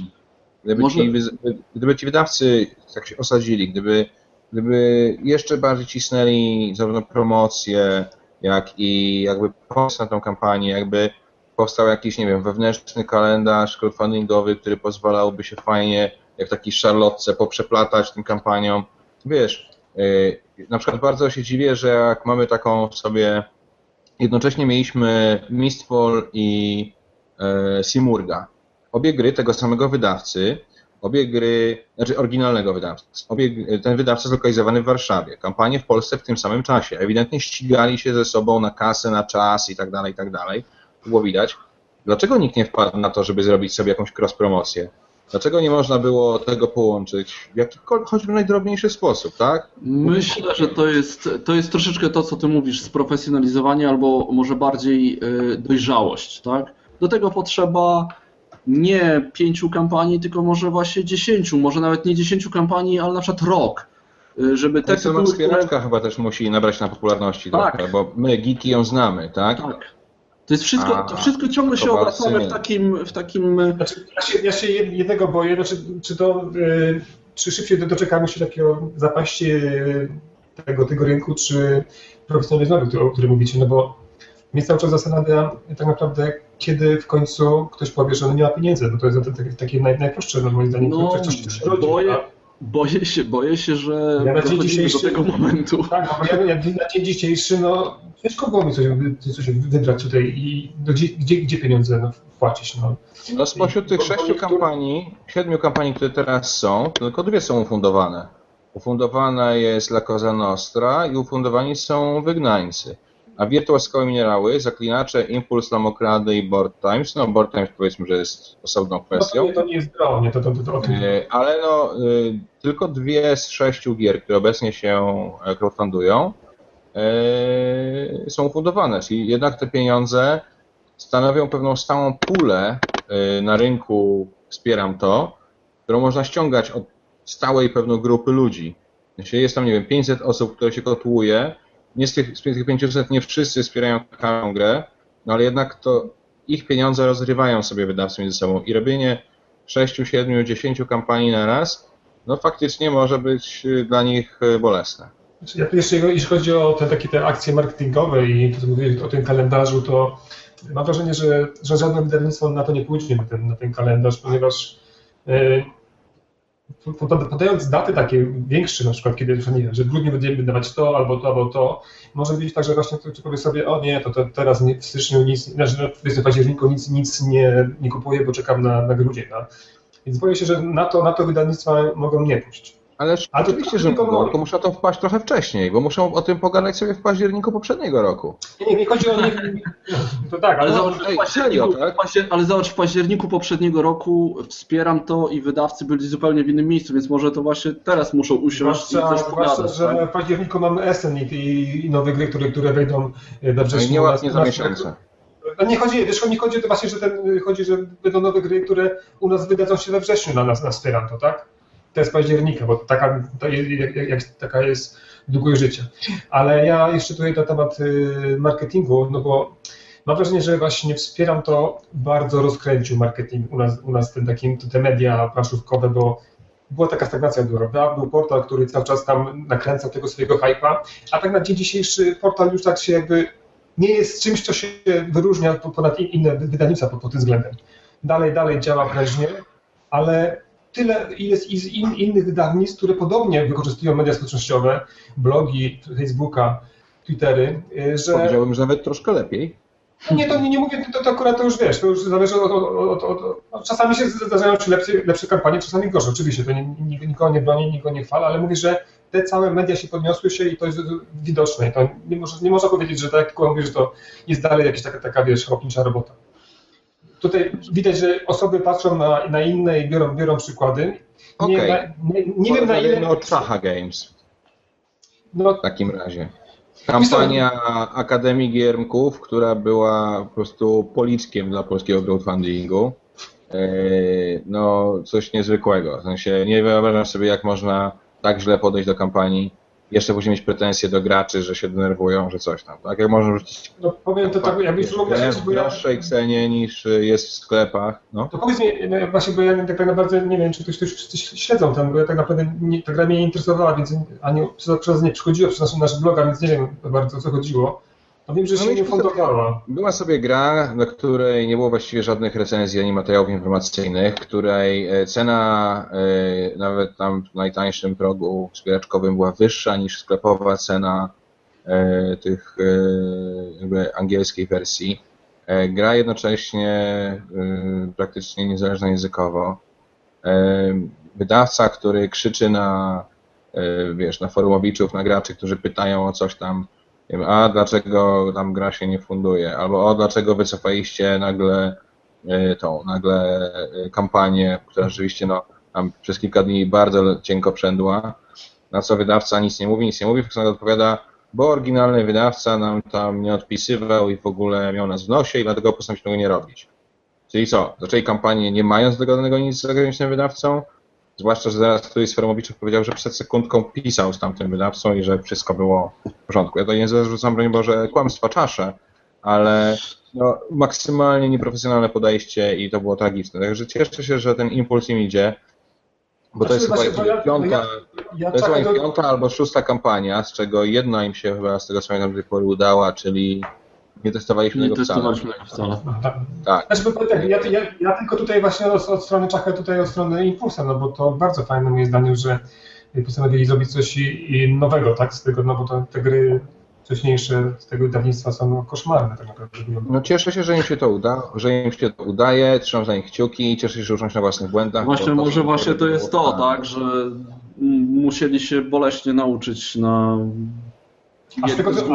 Gdyby ci wydawcy tak się osadzili, gdyby jeszcze bardziej cisnęli zarówno promocję, jak i jakby pomysł na tą kampanię, jakby powstał jakiś, nie wiem, wewnętrzny kalendarz crowdfundingowy, który pozwalałby się fajnie, jak taki Charlotce, poprzeplatać tym kampanią. Wiesz, na przykład bardzo się dziwię, że jak mamy taką sobie, jednocześnie mieliśmy Mistfall i Simurga. Obie gry tego samego wydawcy, oryginalnego wydawcy. Ten wydawca zlokalizowany w Warszawie. Kampanie w Polsce w tym samym czasie. Ewidentnie ścigali się ze sobą na kasę, na czas i tak dalej, i tak dalej. To było widać. Dlaczego nikt nie wpadł na to, żeby zrobić sobie jakąś cross-promocję? Dlaczego nie można było tego połączyć w jakikolwiek, choćby najdrobniejszy sposób, tak? Myślę, że to jest troszeczkę to, co ty mówisz, sprofesjonalizowanie albo może bardziej dojrzałość, tak? Do tego potrzeba nie 5 kampanii, tylko może właśnie 10, może nawet nie 10 kampanii, ale na przykład rok. Żeby te sama wspieraczka chyba też musi nabrać na popularności trochę, bo my, geeki, ją znamy, tak? Tak. To jest wszystko, to wszystko ciągle się obracamy w takim... Znaczy, ja się jednego boję, czy szybciej doczekamy się takiego zapaści tego rynku, czy profesjonalizmu, o którym mówicie, no bo mnie cały czas zastanawia tak naprawdę, kiedy w końcu ktoś powie, że on nie ma pieniędzy, bo to jest takie najprostsze, no, moim zdaniem, no, boję się, że dochodzimy do tego momentu. Tak, bo ja na dzień dzisiejszy, no ciężko było mi coś wybrać tutaj i gdzie pieniądze wpłacić. No spośród tych 7 kampanii, które teraz są, tylko 2 są ufundowane. Ufundowana jest La Cosa Nostra i ufundowani są Wygnańcy. A Virtual Skały Minerały, Zaklinacze, Impuls, Lamokrady i Board Times. No Board Times powiedzmy, że jest osobną kwestią. No to nie jest grą, nie, to ale no tylko 2 z 6 gier, które obecnie się crowdfundują, są ufundowane, czyli jednak te pieniądze stanowią pewną stałą pulę na rynku, wspieram to, którą można ściągać od stałej pewnej grupy ludzi. Jeśli jest tam, nie wiem, 500 osób, które się kotłuje, z tych 500 nie wszyscy wspierają taką grę, no ale jednak to ich pieniądze rozrywają sobie wydawcy między sobą i robienie 6, 7, 10 kampanii na raz, no faktycznie może być dla nich bolesne. Jeśli chodzi o te akcje marketingowe i to, co mówiłeś o tym kalendarzu, to mam wrażenie, że żadne wydawnictwo na to nie pójdzie, na ten kalendarz, ponieważ podając daty takie większe, na przykład kiedy, nie wiem, że w grudniu będziemy wydawać to, albo to, może być tak, że właśnie ktoś powie sobie, o nie, to teraz w styczniu w październiku nic nie kupuję, bo czekam na grudzień. No. Więc boję się, że na to wydawnictwa mogą nie pójść. Ale oczywiście, że mogą, tylko muszą to wpaść trochę wcześniej, bo muszą o tym pogadać sobie w październiku poprzedniego roku. Nie chodzi o... To tak, ale zobacz, w październiku poprzedniego roku wspieram to i wydawcy byli zupełnie w innym miejscu, więc może to właśnie teraz muszą usiąść i coś pogadać. Zwłaszcza, że w październiku mamy Essen i nowe gry, które wejdą we wrześniu. Nieładnie za miesiące. Nie chodzi to właśnie, że chodzi, że będą nowe gry, które u nas wydadzą się we wrześniu na wspieram to, tak? To jest października, bo taka jest długość życia. Ale ja jeszcze tutaj na temat marketingu, no bo mam wrażenie, że właśnie wspieram to, bardzo rozkręcił marketing u nas te media planszówkowe, bo była taka stagnacja, był portal, który cały czas tam nakręcał tego swojego hype'a, a tak na dzień dzisiejszy portal już tak się jakby nie jest czymś, co się wyróżnia ponad inne wydawnictwa pod tym względem. Dalej działa prężnie, ale tyle jest innych wydawnictw, które podobnie wykorzystują media społecznościowe, blogi, Facebooka, Twittery, że... Powiedziałbym, że nawet troszkę lepiej. Nie mówię, to akurat to już wiesz, to już zależy czasami się zdarzają się lepsze kampanie, czasami gorsze, oczywiście, to nikogo nie broni, nikogo nie chwala, ale mówię, że te całe media się podniosły się i to jest widoczne i to nie można powiedzieć, że tak jak tylko mówię, że to jest dalej jakaś taka wiesz, chłopnicza robota. Tutaj widać, że osoby patrzą na inne i biorą przykłady. Nie wiem na ile... od Sacha Games. W takim razie. Kampania Akademii Giermków, która była po prostu policzkiem dla polskiego crowdfundingu. No, coś niezwykłego. W sensie nie wyobrażam sobie, jak można tak źle podejść do kampanii. Jeszcze później mieć pretensje do graczy, że się denerwują, że coś tam. Tak jak można rzucić. No powiem to tak, jakbyś mógł w droższej cenie niż jest w sklepach. No. To powiedz mi, właśnie, bo ja tak naprawdę nie wiem, czy ktoś śledzą tam, bo ja tak naprawdę ta gra mnie nie interesowała, więc ani przez nie przychodziło przez nasz bloga, więc nie wiem bardzo o co chodziło. No wiem, że się nie fundowała. Była sobie gra, na której nie było właściwie żadnych recenzji ani materiałów informacyjnych, której cena nawet tam w najtańszym progu wspieraczkowym była wyższa niż sklepowa cena tych jakby angielskiej wersji. Gra jednocześnie praktycznie niezależna językowo. Wydawca, który krzyczy na forumowiczów, na graczy, którzy pytają o coś tam, a dlaczego tam gra się nie funduje, albo dlaczego wycofaliście nagle kampanię, która rzeczywiście tam przez kilka dni bardzo cienko przędła, na co wydawca nic nie mówi, tylko odpowiada, bo oryginalny wydawca nam tam nie odpisywał i w ogóle miał nas w nosie i dlatego postanowił tego nie robić. Czyli co? Zaczęli kampanię nie mając dogodanego nic z zagranicznym wydawcą? Zwłaszcza, że zaraz któryś z Fermowiczów powiedział, że przed sekundką pisał z tamtym wydawcą i że wszystko było w porządku. Ja to nie zarzucam, broń Boże, kłamstwa czasze, ale no, maksymalnie nieprofesjonalne podejście i to było tragiczne. Także cieszę się, że ten impuls im idzie, bo to jest chyba piąta albo szósta kampania, z czego jedna im się chyba z tego co pamiętam do tej pory udała, czyli nie testowaliśmy tego wcale. Tak. Znaczy, ja tylko tutaj właśnie od strony Czachy, tutaj od strony Impulsa, no bo to bardzo fajne moim zdaniem, że postanowili zrobić coś nowego, tak, z tego, no bo te gry wcześniejsze z tego wydawnictwa są koszmarne tak naprawdę. No cieszę się, że im się to udaje, trzymam za nich kciuki i cieszę się, że uczą się na własnych błędach. Właśnie, może właśnie to jest to, tak, że musieli się boleśnie nauczyć na... A z tego co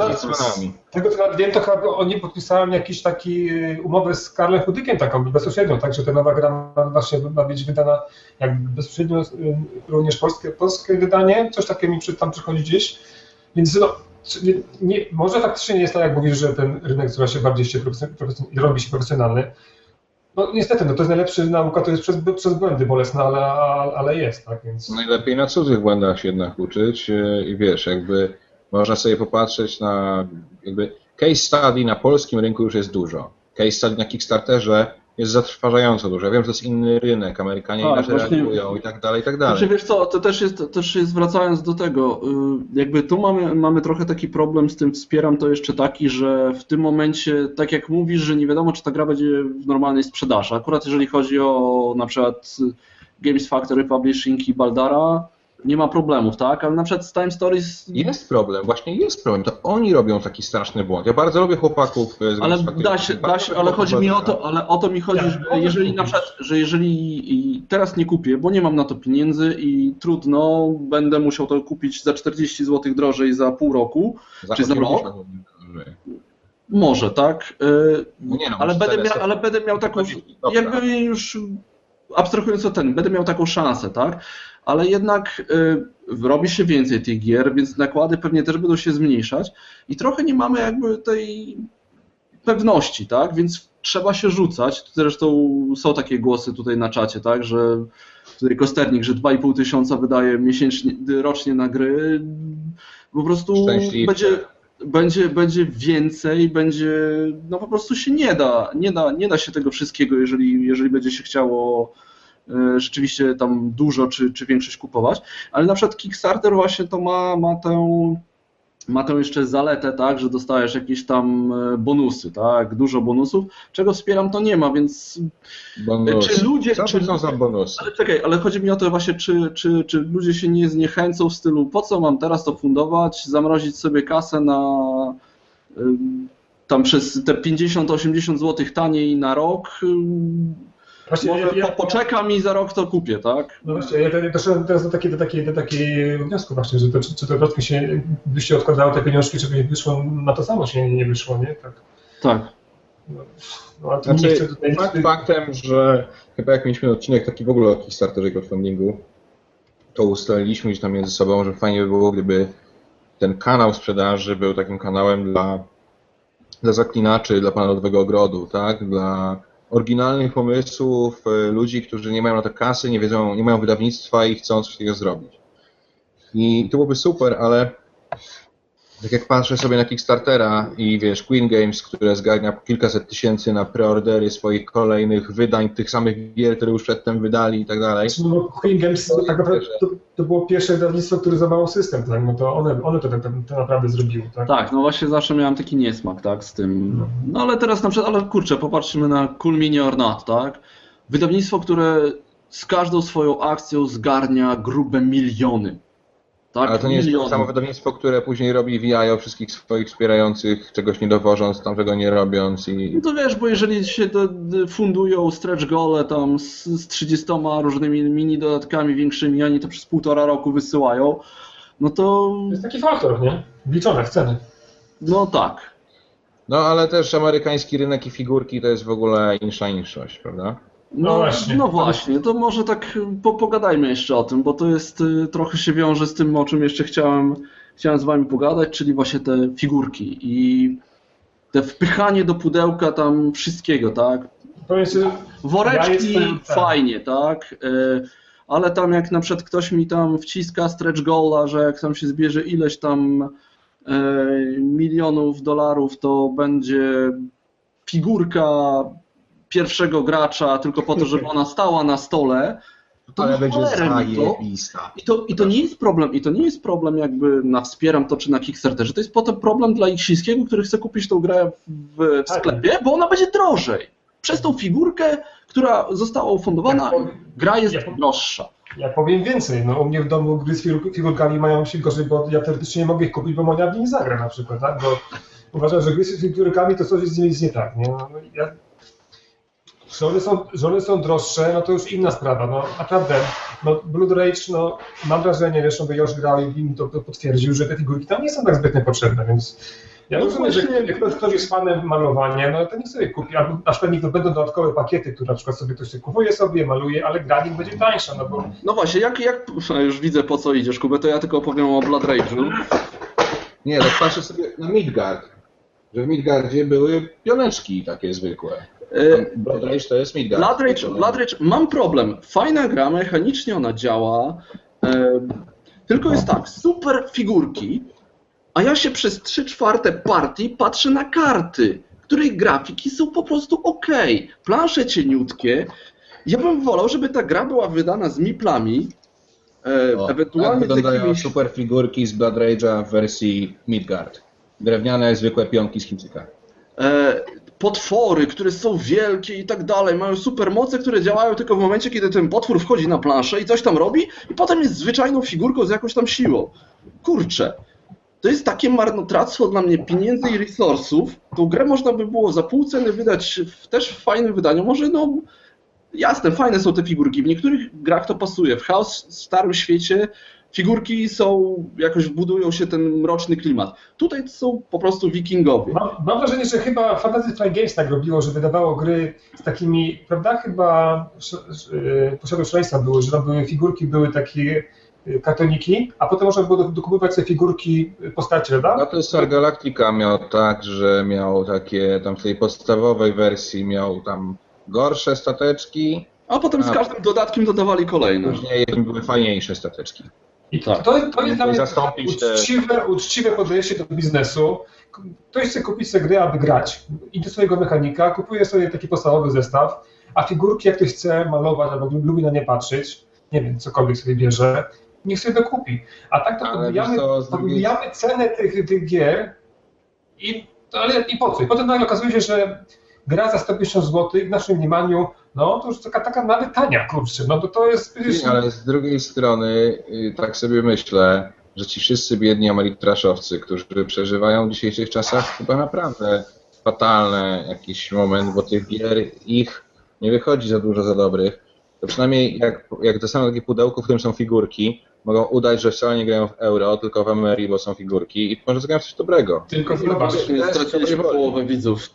nawet wiem, to chyba oni podpisałem jakiś taki umowę z Karlem Hudykiem taką bezpośrednią, tak, że ta nowa gra właśnie ma być wydana jak bezpośrednio również polskie wydanie, coś takiego mi tam przychodzi gdzieś, więc no, może faktycznie nie jest tak, jak mówisz, że ten rynek coraz się bardziej robi się profesjonalny. No niestety, no to jest najlepsza nauka, to jest przez błędy bolesne, ale jest, tak, więc... Najlepiej na cudzych błędach się jednak uczyć i wiesz, jakby można sobie popatrzeć na jakby case study na polskim rynku już jest dużo. Case study na Kickstarterze jest zatrważająco dużo. Ja wiem, że to jest inny rynek, Amerykanie inaczej reagują i tak dalej, i tak dalej. Znaczy, wiesz co, to też jest wracając do tego, jakby tu mamy trochę taki problem z tym, wspieram to jeszcze taki, że w tym momencie, tak jak mówisz, że nie wiadomo, czy ta gra będzie w normalnej sprzedaży. Akurat jeżeli chodzi o na przykład Games Factory Publishing i Baldara, nie ma problemów, tak? Ale na przykład z Time Stories... Jest problem, właśnie jest problem. To oni robią taki straszny błąd. Ja bardzo lubię chłopaków z ale da się, ale chodzi mi o to, ale o to mi chodzi, że jeżeli na przykład, że jeżeli teraz nie kupię, bo nie mam na to pieniędzy i trudno, będę musiał to kupić za 40 zł drożej za pół roku, czy za rok. Może, tak? No nie, no, ale będę miał taką, jakby już abstrahując od będę miał taką szansę, tak? Ale jednak robi się więcej tych gier, więc nakłady pewnie też będą się zmniejszać i trochę nie mamy jakby tej pewności, tak? Więc trzeba się rzucać. Zresztą są takie głosy tutaj na czacie, tak? Że tutaj Kosternik, że 2,5 tysiąca wydaje rocznie na gry. Po prostu będzie więcej, no po prostu się nie da się tego wszystkiego, jeżeli będzie się chciało rzeczywiście tam dużo czy większość kupować, ale na przykład Kickstarter właśnie to ma tę jeszcze zaletę, tak, że dostajesz jakieś tam bonusy, tak, dużo bonusów, czego wspieram to nie ma, więc czy ludzie... Co są za bonusy? Ale czekaj, ale chodzi mi o to właśnie, czy ludzie się nie zniechęcą w stylu, po co mam teraz to fundować, zamrozić sobie kasę na tam przez te 50-80 zł taniej na rok. Właśnie może poczekam i za rok to kupię, tak? No właśnie, ja doszedłem teraz do takiego wniosku właśnie, że czy to po by się odkładało te pieniążki, żeby wyszło na to samo się nie wyszło, nie? Tak. No, ale to znaczy, nie chcę tutaj... Faktem, że chyba jak mieliśmy odcinek taki w ogóle o Kickstarterze i crowdfundingu, to ustaliliśmy gdzieś tam między sobą, że fajnie by było, gdyby ten kanał sprzedaży był takim kanałem dla zaklinaczy, dla pana Lodowego Ogrodu, tak? Dla oryginalnych pomysłów, ludzi, którzy nie mają na to kasy, nie mają wydawnictwa i chcą coś takiego zrobić. I to byłoby super, ale tak jak patrzę sobie na Kickstartera i wiesz, Queen Games, które zgarnia kilkaset tysięcy na preordery swoich kolejnych wydań, tych samych gier, które już przedtem wydali i tak dalej. No, Queen Games tak naprawdę to było pierwsze wydawnictwo, które złamało system, tak? No to one to naprawdę zrobiły, tak? Tak, no właśnie zawsze miałem taki niesmak, tak, z tym. No ale teraz na przykład, ale kurczę, popatrzmy na Cool Mini or Not, tak? Wydawnictwo, które z każdą swoją akcją zgarnia grube miliony. Tak, ale to nie jest to samo wydawnictwo, które później robi VI o wszystkich swoich wspierających, czegoś nie dowożąc, tam czego nie robiąc i... No to wiesz, bo jeżeli się fundują stretch goale tam z 30 różnymi mini dodatkami większymi, oni to przez 1,5 roku wysyłają, no to... To jest taki faktor, nie? Wliczone w ceny. No tak. No ale też amerykański rynek i figurki to jest w ogóle inszość, prawda? No właśnie, to może tak pogadajmy jeszcze o tym, bo to jest trochę się wiąże z tym, o czym jeszcze chciałem z wami pogadać, czyli właśnie te figurki i te wpychanie do pudełka tam wszystkiego, tak? Woreczki fajnie, tak? Ale tam jak na przykład ktoś mi tam wciska stretch goala, że jak tam się zbierze ileś tam milionów dolarów, to będzie figurka pierwszego gracza tylko po to, żeby ona stała na stole, to ale będzie zajebista. I to nie jest problem, jakby na Wspieram to czy na Kickstarterze, to jest potem problem dla Iksińskiego, który chce kupić tą grę w sklepie, bo ona będzie drożej. Przez tą figurkę, która została ufundowana, gra jest droższa. Ja powiem więcej, no u mnie w domu gry z figurkami mają się gorzej, bo ja teoretycznie nie mogę ich kupić, bo moja w nie zagra na przykład, tak? Bo uważam, że gry z figurkami to coś z nimi jest nie tak, nie? Że one są droższe, no to już inna sprawa, no naprawdę, no Blood Rage, no mam wrażenie, zresztą by Josh grał i mi to potwierdził, że te figurki tam nie są tak zbytnio potrzebne, więc ja rozumiem, że jak ktoś jest fanem malowania, no to niech sobie kupi, albo na przykład niech to będą dodatkowe pakiety, które na przykład sobie ktoś kupuje sobie, maluje, ale gra niech będzie tańsza, no bo... No właśnie, jak już widzę po co idziesz, Kubę, to ja tylko opowiem o Blood Rage'u. Nie, tak patrzę sobie na Midgard, że w Midgardzie były pioneczki takie zwykłe. Blood Rage to jest Midgard. Blood Rage, mam problem. Fajna gra, mechanicznie ona działa, tylko jest tak, super figurki, a ja się przez 3/4 partii patrzę na karty, której grafiki są po prostu okej. Plansze cieniutkie. Ja bym wolał, żeby ta gra była wydana z miplami, ewentualnie tak wyglądają jakimiś... super figurki z Blood Rage'a w wersji Midgard. Drewniane, zwykłe pionki z Chińczyka. Potwory, które są wielkie i tak dalej, mają supermoce, które działają tylko w momencie, kiedy ten potwór wchodzi na planszę i coś tam robi i potem jest zwyczajną figurką z jakąś tam siłą. Kurczę, to jest takie marnotrawstwo dla mnie pieniędzy i resursów. Tą grę można by było za pół ceny wydać też w fajnym wydaniu. Może no, jasne, fajne są te figurki, w niektórych grach to pasuje. W Chaos w Starym Świecie figurki są, jakoś budują się ten mroczny klimat. Tutaj są po prostu wikingowie. Mam wrażenie, że chyba Fantasy Flight Games tak robiło, że wydawało gry z takimi, prawda, chyba posiadło szaleństwa były, że tam były figurki, były takie kartoniki, a potem można było dokupywać sobie figurki postaci, prawda? No to Star Galactica miał tak, że miał takie, tam w tej podstawowej wersji miał tam gorsze stateczki. A potem z każdym dodatkiem dodawali kolejne. Później były fajniejsze stateczki. I to jest dla mnie uczciwe podejście do biznesu. Ktoś chce kupić sobie gry, aby grać. Idzie do swojego mechanika, kupuje sobie taki podstawowy zestaw, a figurki jak ktoś chce malować albo lubi na nie patrzeć, nie wiem, cokolwiek sobie bierze, niech sobie dokupi. A tak to podbijamy cenę tych gier i po co? I potem nagle okazuje się, że gra za 150 zł w naszym mniemaniu, no to już taka nawet tania, kurczę, no to jest... Nie, ale z drugiej strony tak sobie myślę, że ci wszyscy biedni ameritraszowcy, którzy przeżywają w dzisiejszych czasach chyba naprawdę fatalny jakiś moment, bo tych gier ich nie wychodzi za dużo za dobrych, to przynajmniej jak dostaną takie pudełko, w którym są figurki, mogą udać, że wcale nie grają w euro, tylko w Amerii, bo są figurki i może zagrają coś dobrego. Tylko zobacz, straciliśmy połowę widzów.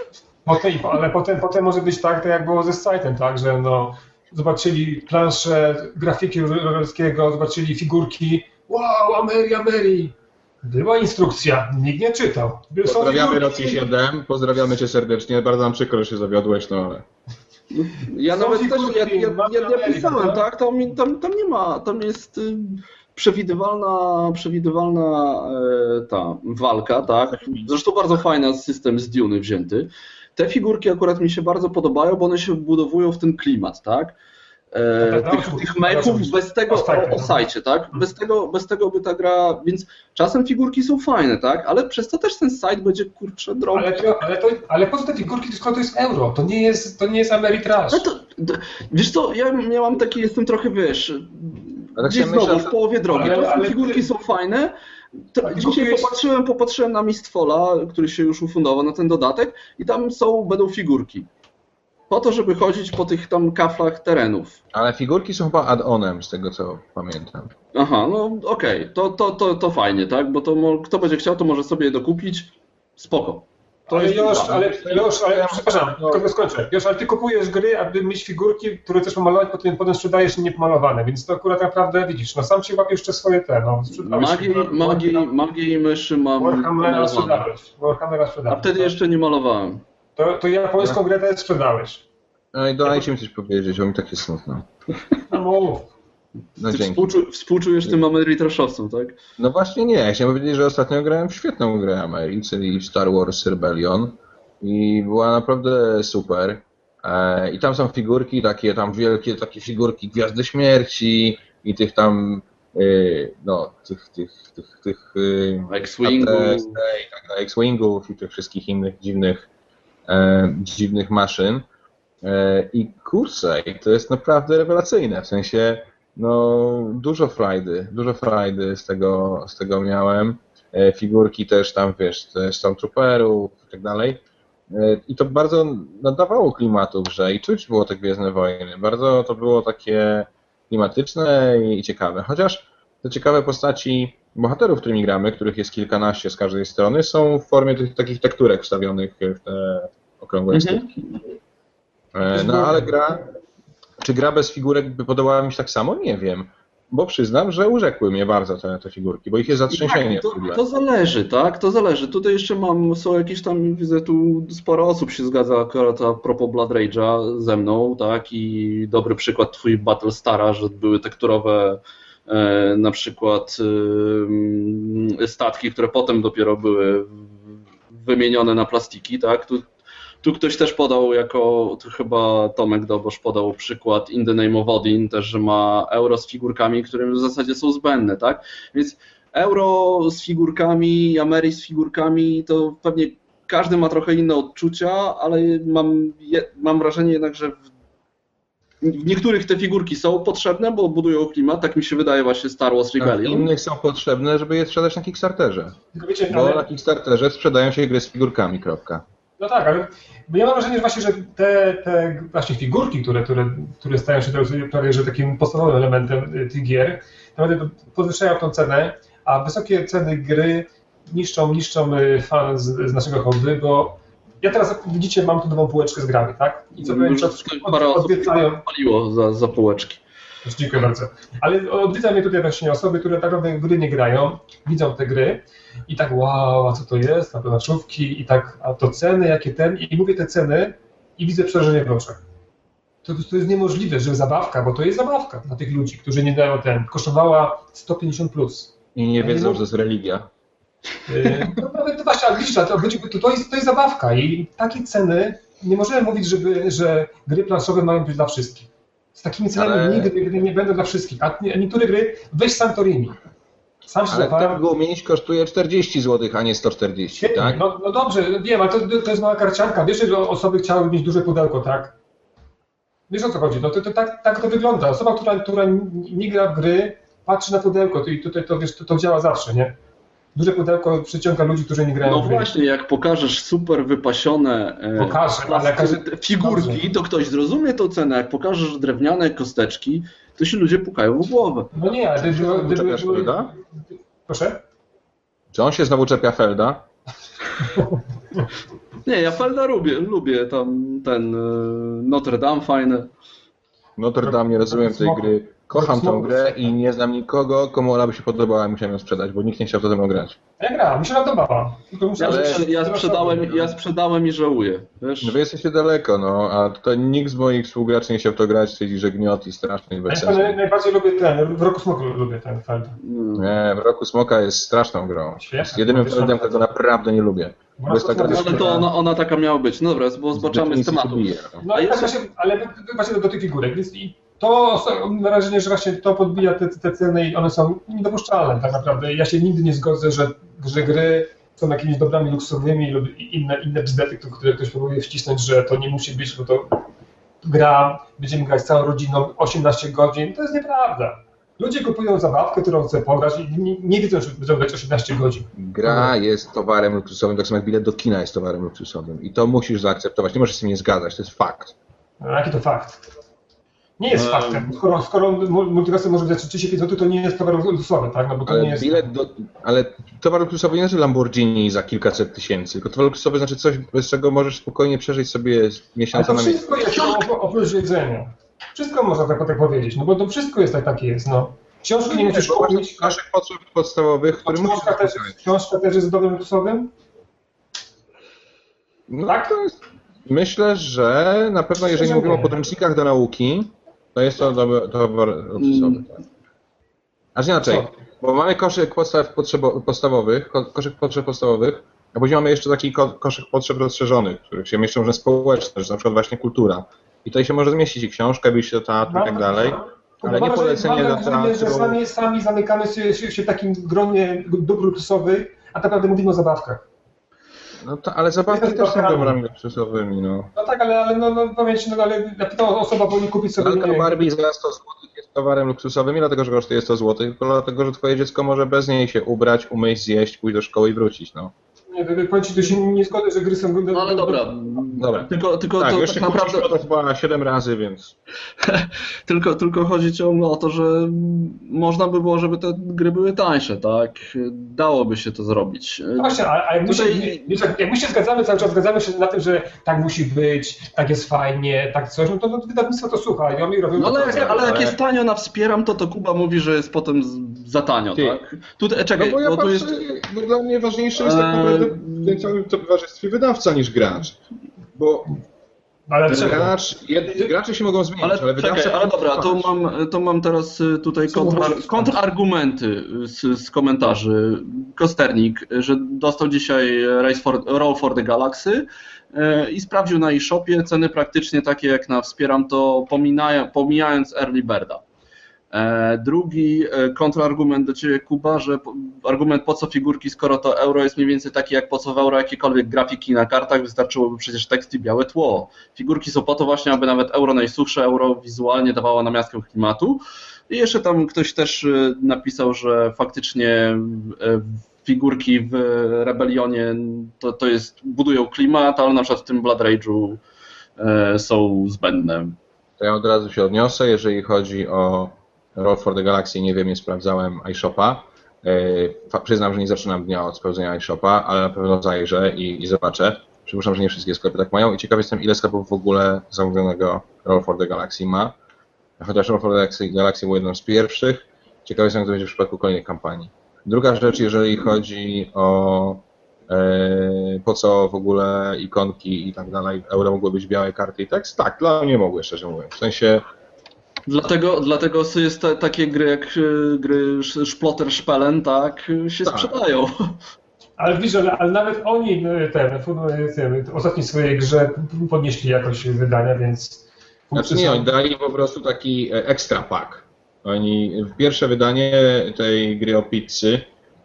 Ale potem może być tak jak było ze Scythe'em, tak, że no, zobaczyli planszę grafiki rolskiego, zobaczyli figurki, wow, Ameri. Była instrukcja, nikt nie czytał. Pozdrawiamy Rocky 7, pozdrawiamy cię serdecznie, bardzo nam przykro, że się zawiodłeś, no ale... Ja nawet też ja pisałem, tak? Tam nie ma, tam jest przewidywalna ta walka, tak? Zresztą bardzo fajny system z Duny wzięty. Te figurki akurat mi się bardzo podobają, bo one się wbudowują w ten klimat, tak? Tych mechów bez tego o sajcie, tak? Bez tego by ta gra, więc czasem figurki są fajne, tak? Ale przez to też ten site będzie, kurczę, drogi. Ale po co te figurki, to jest euro, to nie jest Ameritrash. Wiesz co, ja miałam taki, jestem trochę, wiesz, gdzieś znowu w połowie drogi. Czasem figurki są fajne. Dzisiaj popatrzyłem na Mistfalla, który się już ufundował na ten dodatek i tam będą figurki. Po to, żeby chodzić po tych tam kaflach terenów. Ale figurki są chyba add-onem, z tego co pamiętam. Aha, no okej, to fajnie, tak? Bo to kto będzie chciał, to może sobie je dokupić. Spoko. Przepraszam, tylko skończę. Ale ty kupujesz gry, aby mieć figurki, które chcesz pomalować, potem sprzedajesz niepomalowane, więc to akurat naprawdę widzisz, no sam się łapiesz jeszcze swoje Magię i myszy mam Warhammera sprzedałeś. A wtedy jeszcze nie malowałem. To japońską grę też sprzedałeś. No i dajcie mi coś powiedzieć, bo mi tak jest smutno. No mów. No Ty dzięki. współczujesz tym Ameritraszowcom, tak? No właśnie nie, chciałem powiedzieć, że ostatnio grałem w świetną grę Ameri, czyli Star Wars Rebellion i była naprawdę super. I tam są figurki takie, tam wielkie takie figurki Gwiazdy Śmierci i tych tam, no, tych X-Wingów. X-Wingów i tych wszystkich innych dziwnych maszyn. I kurczę, to jest naprawdę rewelacyjne, w sensie, no, dużo frajdy z tego miałem. Figurki też tam, wiesz, Stormtrooperów i tak dalej. I to bardzo nadawało klimatu w grze i czuć było te Gwiezdne Wojny. Bardzo to było takie klimatyczne i ciekawe. Chociaż te ciekawe postaci bohaterów, którymi gramy, których jest kilkanaście z każdej strony, są w formie takich tekturek wstawionych w te okrągłe skutki. No ale gra bez figurek by podobała mi się tak samo? Nie wiem. Bo przyznam, że urzekły mnie bardzo te figurki, bo ich jest zatrzęsienie. To zależy, tak? To zależy. Tutaj jeszcze są jakieś tam, widzę, tu sporo osób się zgadza akurat a propos Blood Rage'a ze mną, tak? I dobry przykład twój Battlestara, że były tekturowe na przykład statki, które potem dopiero były wymienione na plastiki, tak? Tu ktoś też podał tu chyba Tomek Dobosz podał przykład In the Name of Odin, też, że ma euro z figurkami, które w zasadzie są zbędne, tak? Więc euro z figurkami, Ameri z figurkami, to pewnie każdy ma trochę inne odczucia, ale mam wrażenie jednak, że w niektórych te figurki są potrzebne, bo budują klimat, tak mi się wydaje właśnie Star Wars Rebellion. W innych są potrzebne, żeby je sprzedać na Kickstarterze. Wiecie, bo na Kickstarterze sprzedają się gry z figurkami, kropka. No tak, ale ja mam wrażenie, że właśnie, że te właśnie figurki, które stają się prawie że takim podstawowym elementem tych gier, naprawdę podwyższają tą cenę, a wysokie ceny gry niszczą fan z naszego hobby, bo ja teraz, widzicie, mam tu nową półeczkę z grami, tak? I co powiem, parę osób paliło za półeczki. Dziękuję bardzo. Ale odwiedza mnie tutaj właśnie osoby, które tak naprawdę w gry nie grają, widzą te gry i tak wow, a co to jest, a to planszówki i tak, a to ceny, jakie i mówię te ceny i widzę przerażenie w oczach. To jest niemożliwe, że zabawka, bo to jest zabawka dla tych ludzi, którzy nie dają kosztowała 150 plus. I nie wiedzą, że to jest religia. No nawet właśnie, to jest zabawka i takie ceny, nie możemy mówić, że gry planszowe mają być dla wszystkich. Z takimi cenami nigdy gry nie będą dla wszystkich, a niektóre gry, weź Santorini. Ale ten gumiś kosztuje 40 zł, a nie 140, świetnie, tak? No dobrze, wiem, ale to jest mała karcianka. Wiesz, że osoby chciałyby mieć duże pudełko, tak? Wiesz, o co chodzi? No tak to wygląda. Osoba, która nie gra w gry, patrzy na pudełko i tutaj to działa zawsze, nie? Duże pudełko przyciąga ludzi, którzy nie grają w gry. No właśnie, jak pokażesz super wypasione figurki, to ktoś zrozumie tą cenę. Jak pokażesz drewniane kosteczki, to się ludzie pukają w głowę. No nie, ale Czepiasz Felda? Proszę? Czy on się znowu czepia Felda? Nie, ja Felda lubię tam ten Notre Dame fajny. Notre Dame nie rozumiem tej gry. Kocham tę grę i nie znam nikogo, komu ona by się podobała i musiałem ją sprzedać, bo nikt nie chciał to ze mną grać. Ja grałem, mi się podobała. Ja sprzedałem i żałuję. Wiesz? No wy jesteście daleko, no, a tutaj nikt z moich współgraczy nie chciał w to grać, stwierdzi, że gniot i straszny. Ja najbardziej lubię w Roku Smoku lubię ten Feld. Nie, w Roku Smoka jest straszną grą. Jest jedynym Feldem, którego naprawdę nie lubię. Ale to ona taka miała być. No dobra, bo zbaczamy z tematu. No ale właśnie do tych figurek, więc to mam wrażenie, że właśnie to podbija te ceny i one są niedopuszczalne tak naprawdę. Ja się nigdy nie zgodzę, że gry są jakimiś dobrami luksusowymi lub inne bzdety, które ktoś próbuje wcisnąć, że to nie musi być, bo to będziemy grać całą rodziną 18 godzin. To jest nieprawda. Ludzie kupują zabawkę, którą chcą pograć i nie wiedzą, że będą grać 18 godzin. Gra jest towarem luksusowym, tak samo jak bilet do kina jest towarem luksusowym. I to musisz zaakceptować. Nie możesz z tym nie zgadzać, to jest fakt. A jaki to fakt? Nie jest faktem. Skoro multiversum może być 35 zł, to nie jest towar luksusowy, tak? No bo to ale nie jest... ale towar luksusowy nie znaczy Lamborghini za kilkaset tysięcy, tylko towar luksusowy znaczy coś, bez czego możesz spokojnie przeżyć sobie miesiąca na miesiąc. Ale to wszystko jest oprócz jedzenia. Wszystko można tak powiedzieć, no bo to wszystko jest takie jest, no. Książki nie musisz kupić. Naszych potrzeb podstawowych, które książka też jest dobrym luksusowym? No tak, to jest... Myślę, że na pewno jeżeli mówimy o podręcznikach do nauki, to jest to towar luksusowy. Aż inaczej, bo mamy koszyk koszyk potrzeb podstawowych, a później mamy jeszcze taki koszyk potrzeb rozszerzonych, w których się mieszczą różne społeczne, na przykład właśnie kultura. I tutaj się może zmieścić i książka, biście, teatr i tak dalej. Ale nie polecenie dla teatru. Że sami zamykamy się w takim gronie dóbr luksusowych, a tak naprawdę mówimy o zabawkach. No to, ale zabawki też są dobrami luksusowy, no. No tak, ale powiem ci, ale ta osoba powinna kupić sobie... Lalka Barbie za 100 zł jest towarem luksusowym, nie dlatego, że kosztuje 100 zł, tylko dlatego, że twoje dziecko może bez niej się ubrać, umyć, zjeść, pójść do szkoły i wrócić, no. Nie, powiem ci, to się nie zgodzę, że gry są... No ale dobra. Tylko tak, to już tak się naprawdę... to chyba 7 razy, więc... tylko chodzi ciągle o to, że można by było, żeby te gry były tańsze, tak? Dałoby się to zrobić. Właśnie, a jak my się zgadzamy, cały czas zgadzamy się na tym, że tak musi być, tak jest fajnie, tak coś, no to wydawnictwo to słucha i oni robią... No ale jak jest tanio na wspieram, to Kuba mówi, że jest potem za tanio, tak? Tutaj, czekaj, no bo ja bo tu patrzę, jest... no dla mnie ważniejsze jest tak naprawdę w tym całym towarzystwie wydawca niż gracz. Bo gracze się mogą zmienić, ale wydawca... Czekaj, ale dobra, to mam teraz tutaj kontrargumenty z komentarzy. Kosternik, że dostał dzisiaj Roll for the Galaxy i sprawdził na eShopie ceny praktycznie takie jak na Wspieram to, pomijając Early Birda. Drugi kontrargument do Ciebie, Kuba, że argument po co figurki, skoro to euro jest mniej więcej taki jak po co w euro jakiekolwiek grafiki na kartach, wystarczyłoby przecież tekst i białe tło. Figurki są po to właśnie, aby nawet euro najsuchsze, euro wizualnie dawało namiastkę klimatu. I jeszcze tam ktoś też napisał, że faktycznie figurki w Rebellionie to jest, budują klimat, ale na przykład w tym Blood Rage'u są zbędne. To ja od razu się odniosę, jeżeli chodzi o Roll for the Galaxy, nie wiem, nie sprawdzałem iShopa. Przyznam, że nie zaczynam dnia od sprawdzenia iShopa, ale na pewno zajrzę i zobaczę. Przypuszczam, że nie wszystkie sklepy tak mają i ciekaw jestem, ile sklepów w ogóle zamówionego Roll for the Galaxy ma. Chociaż Roll for the Galaxy był jedną z pierwszych, ciekaw jestem, jak to będzie w przypadku kolejnej kampanii. Druga rzecz, jeżeli chodzi o po co w ogóle ikonki i tak dalej, euro mogły być białe karty i tekst? Tak, dla mnie mogły, szczerze mówiąc. W sensie... Dlatego jest takie gry jak gry Splotter Spellen, tak, się sprzedają. Ale widzisz, ale nawet oni w ostatniej swojej grze podnieśli jakoś wydania, więc... Znaczy nie, oni dali po prostu taki extra pack. Oni w pierwsze wydanie tej gry o pizzy.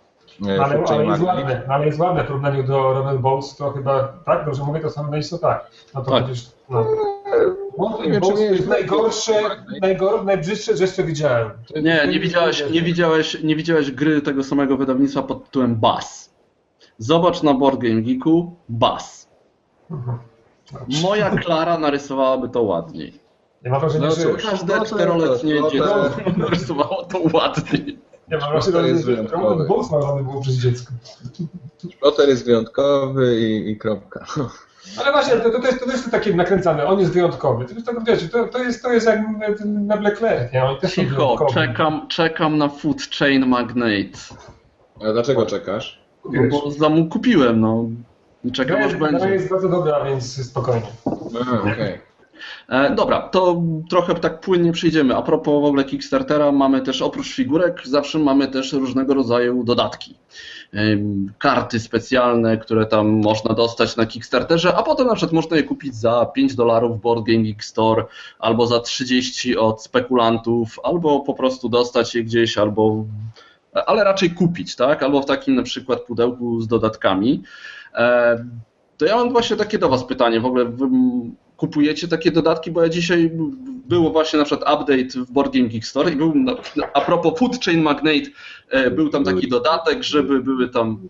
Ale jest ładne w porównaniu do Rebel Boats, to chyba, tak? Dobrze mówię, to samo miejsce, tak. No to tak. Przecież, no. Boats jest najbrzydsze rzeczy, co widziałem. Nie widziałeś gry tego samego wydawnictwa pod tytułem Bass. Zobacz na Board Game Geeku, Bass. Moja Klara narysowałaby to ładniej. Ja mam wrażenie, że każde czteroletnie dziecko narysowało to ładniej. Ja mam wrażenie, że Boats malowany było przez dziecko. Splotter jest wyjątkowy i kropka. Ale właśnie, to jest takie nakręcane, on jest wyjątkowy. To jest jak na Black Lair, nie? Cicho, czekam na Food Chain Magnate. A dlaczego czekasz? No bo kupiłem, no. I czekam aż będzie. To jest bardzo dobra, więc spokojnie. Okej. Dobra, to trochę tak płynnie przejdziemy. A propos w ogóle Kickstartera, mamy też oprócz figurek, zawsze mamy też różnego rodzaju dodatki. Karty specjalne, które tam można dostać na Kickstarterze, a potem na przykład można je kupić za $5 w Board Game Geek Store, albo za 30 od spekulantów, albo po prostu dostać je gdzieś, ale raczej kupić, tak? Albo w takim na przykład pudełku z dodatkami. To ja mam właśnie takie do Was pytanie, w ogóle wy kupujecie takie dodatki, bo ja dzisiaj było właśnie na przykład update w Board Game Geek Store i był, a propos Food Chain Magnate, był tam taki dodatek, żeby były tam...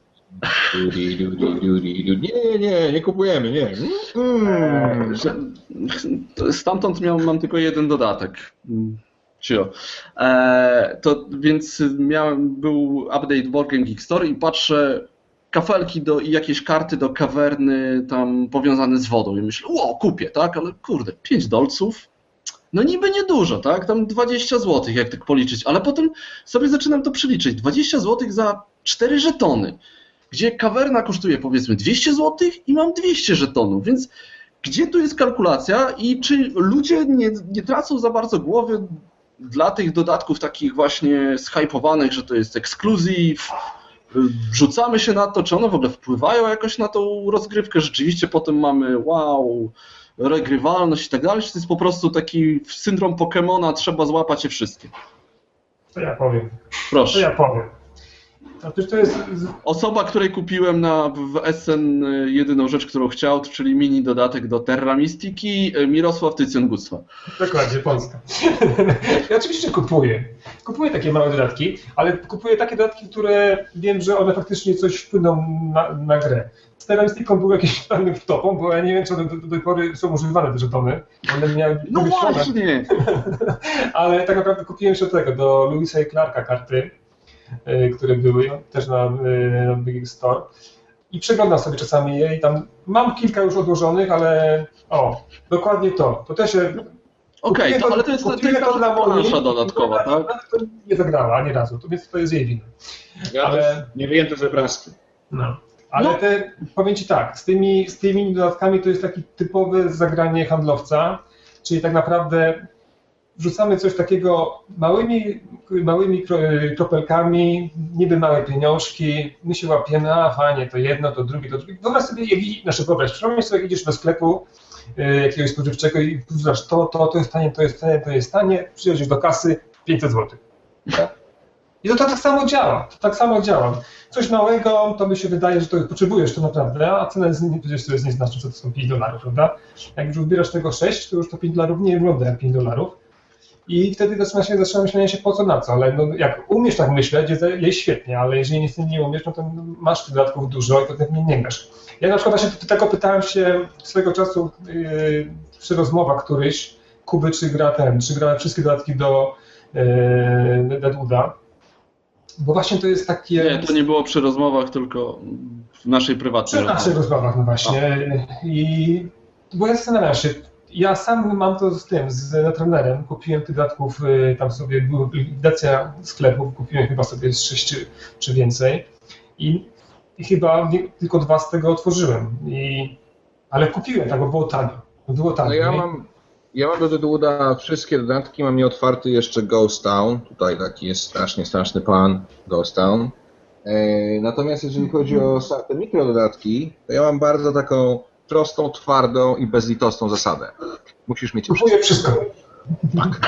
Nie kupujemy, nie. Stamtąd mam tylko jeden dodatek. Więc był update w Board Game Geek Store i patrzę, kafelki i jakieś karty do kawerny tam powiązane z wodą i myślę, kupię, tak, ale kurde, $5, no niby niedużo, tak, tam 20 zł, jak tak policzyć, ale potem sobie zaczynam to przeliczyć, 20 zł za 4 żetony, gdzie kawerna kosztuje powiedzmy 200 zł i mam 200 żetonów, więc gdzie tu jest kalkulacja i czy ludzie nie tracą za bardzo głowy dla tych dodatków takich właśnie zhypowanych, że to jest ekskluzyw, rzucamy się na to, czy one w ogóle wpływają jakoś na tą rozgrywkę, rzeczywiście potem mamy wow, regrywalność i tak dalej, czy to jest po prostu taki syndrom Pokemona, trzeba złapać je wszystkie? To ja powiem. Proszę. To ja powiem. Otóż to jest... Osoba, której kupiłem w Essen jedyną rzecz, którą chciał, czyli mini dodatek do Terra Mystiki, Mirosław Tycjan-Gustwa. Dokładnie, Polska. Ja oczywiście kupuję. Kupuję takie małe dodatki, ale kupuję takie dodatki, które wiem, że one faktycznie coś wpłyną na grę. Z Terra Mystiką był jakiś pewnym wtopą, bo ja nie wiem, czy one do tej pory są używane te żetony. One miały No właśnie! Ale tak naprawdę kupiłem się do Lewisa i Clarka karty, które były też na Big Store i przeglądam sobie czasami je i tam mam kilka już odłożonych, ale dokładnie to też Okej, ale to jest dla plansza dodatkowa, tak? To nie zagrała ani razu, więc to jest jej wina. Ale nie wyjęto z obrazki. No. Ale powiem Ci tak, z tymi dodatkami to jest takie typowe zagranie handlowca, czyli tak naprawdę wrzucamy coś takiego małymi kropelkami, niby małe pieniążki, my się łapiemy, fajnie, to jedno, to drugie. Wyobraź sobie, przypomnij sobie, jak idziesz do sklepu jakiegoś spożywczego i wrzucasz to jest tanie, przyjedziesz do kasy, 500 zł. Tak? I to tak samo działa. Coś małego, to mi się wydaje, że to potrzebujesz to naprawdę, a cena jest nieznaczna, co to są $5, prawda? Jak już odbierasz tego 6, to już to $5 nie wygląda jak $5. I wtedy zaczyna myślenie się po co, na co, ale jak umiesz tak myśleć, jest świetnie, ale jeżeli niestety nie umiesz, no to masz tych dodatków dużo i potem nie grasz. Ja na przykład właśnie tego pytałem się swego czasu przy rozmowach któryś, Kuby, czy gra wszystkie dodatki do Deadwooda, bo właśnie to jest takie... Nie, to nie było przy rozmowach, tylko w naszej prywatnej rozmowie. Przy naszych rozmowach, no właśnie. Bo ja zastanawiam się, ja sam mam to z Netrunnerem, kupiłem tych dodatków, tam sobie była likwidacja sklepów, kupiłem chyba sobie z 6 czy więcej i chyba tylko 2 z tego otworzyłem. Ale kupiłem, tak, bo było tanio. No ja mam do Deadwooda wszystkie dodatki, mam nieotwarty jeszcze Ghost Town, tutaj taki jest straszny pan Ghost Town. Natomiast jeżeli chodzi o te mikrododatki, to ja mam bardzo taką prostą, twardą i bezlitosną zasadę. Musisz mieć kupuję wszystko. Tak.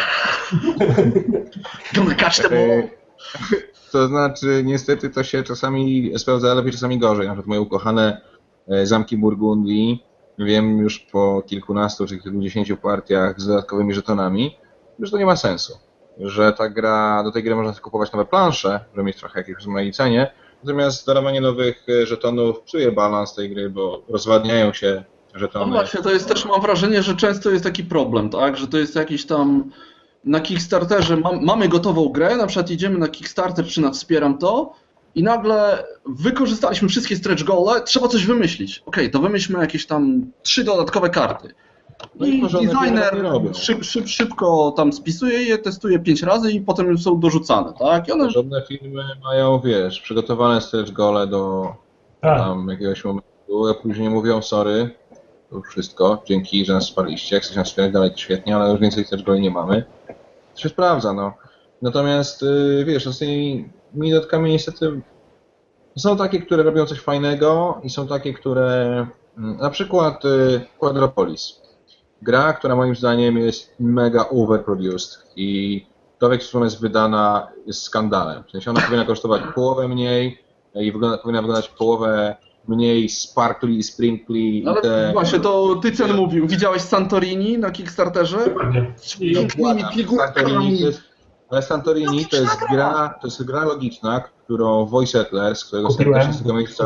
Każdemu. To znaczy, niestety to się czasami sprawdza lepiej, czasami gorzej. Na przykład moje ukochane Zamki Burgundii, wiem już po kilkunastu czy kilkudziesięciu partiach z dodatkowymi żetonami, że to nie ma sensu. Że do tej gry można kupować nowe plansze, żeby mieć trochę jakiejś rozmaicenie, natomiast dodawanie nowych żetonów psuje balans tej gry, bo rozwadniają się żetony. No właśnie, to jest też, mam wrażenie, że często jest taki problem, tak, że to jest jakiś tam na Kickstarterze, mamy gotową grę, na przykład idziemy na Kickstarter, czy na Wspieram to i nagle wykorzystaliśmy wszystkie stretch goale, trzeba coś wymyślić. Okej, to wymyślmy jakieś tam 3 dodatkowe karty. No i designer szybko tam spisuje je, testuje 5 razy i potem są dorzucane, tak? I one... Żadne filmy mają, przygotowane stretch goale do tam jakiegoś momentu, a później mówią sorry, to już wszystko, dzięki, że nas wsparliście, jak chcecie nas wspierać dalej, to świetnie, ale już więcej stretch goali nie mamy. To się sprawdza, no. Natomiast, z tymi dodatkami niestety są takie, które robią coś fajnego i są takie, które... Na przykład Quadropolis. Gra, która moim zdaniem jest mega overproduced i to, w jaki sposób jest wydana, jest skandalem. W sensie ona powinna kosztować połowę mniej i powinna wyglądać połowę mniej sparkly i sprinkly. Ale właśnie, to Tycjan mówił. Widziałeś Santorini na Kickstarterze? Pięknymi figurkami. Ale Santorini to jest gra logiczna, którą Voice Settlers, którego serdecznie z tego miejsca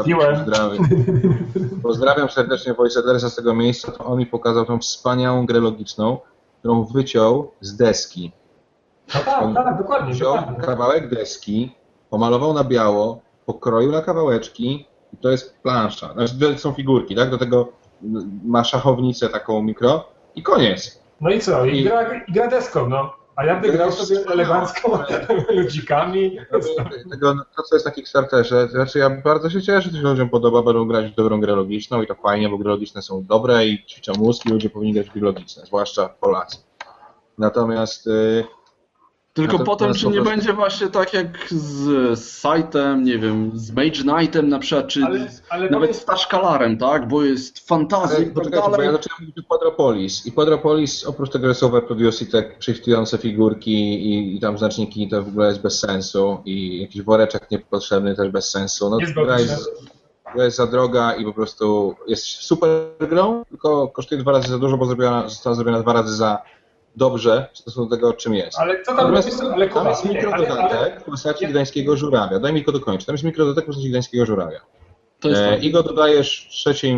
pozdrawiam serdecznie Voice Settlers z tego miejsca, to on mi pokazał tą wspaniałą grę logiczną, którą wyciął z deski. No tak, dokładnie. Wziął kawałek deski, pomalował na biało, pokroił na kawałeczki i to jest plansza. Znaczy, to są figurki, tak? Do tego ma szachownicę taką mikro i koniec. No i co? I gra deską, no. A ja wygrał sobie elegancko ludzikami. To, co jest na Kickstarterze, znaczy ja bardzo się cieszę, że się ludziom podoba, będą grać w dobrą grę logiczną i to fajnie, bo gry logiczne są dobre i ćwiczą mózg i ludzie powinni grać w gry logiczne, zwłaszcza Polacy. Natomiast... Tylko potem, czy nie będzie właśnie tak jak z Sightem, nie wiem, z Mage Knightem na przykład, czy ale nawet z Tashkalarem, tak? Bo jest fantazja i tak dalej. Bo ja zacząłem mówić o Quadropolis i Quadropolis oprócz tego, że są webproduce i te przejściujące figurki i tam znaczniki, to w ogóle jest bez sensu i jakiś woreczek niepotrzebny też bez sensu. No, gra jest za droga i po prostu jest super grą, tylko kosztuje 2 razy za dużo, bo została zrobiona 2 razy za dobrze w stosunku do tego, czym jest. Ale co tam jest? Tam jest mikrododatek w postaci Gdańskiego Żurawia. Daj mi go dokończyć. Tam jest mikrododatek w postaci Gdańskiego Żurawia. I go dodajesz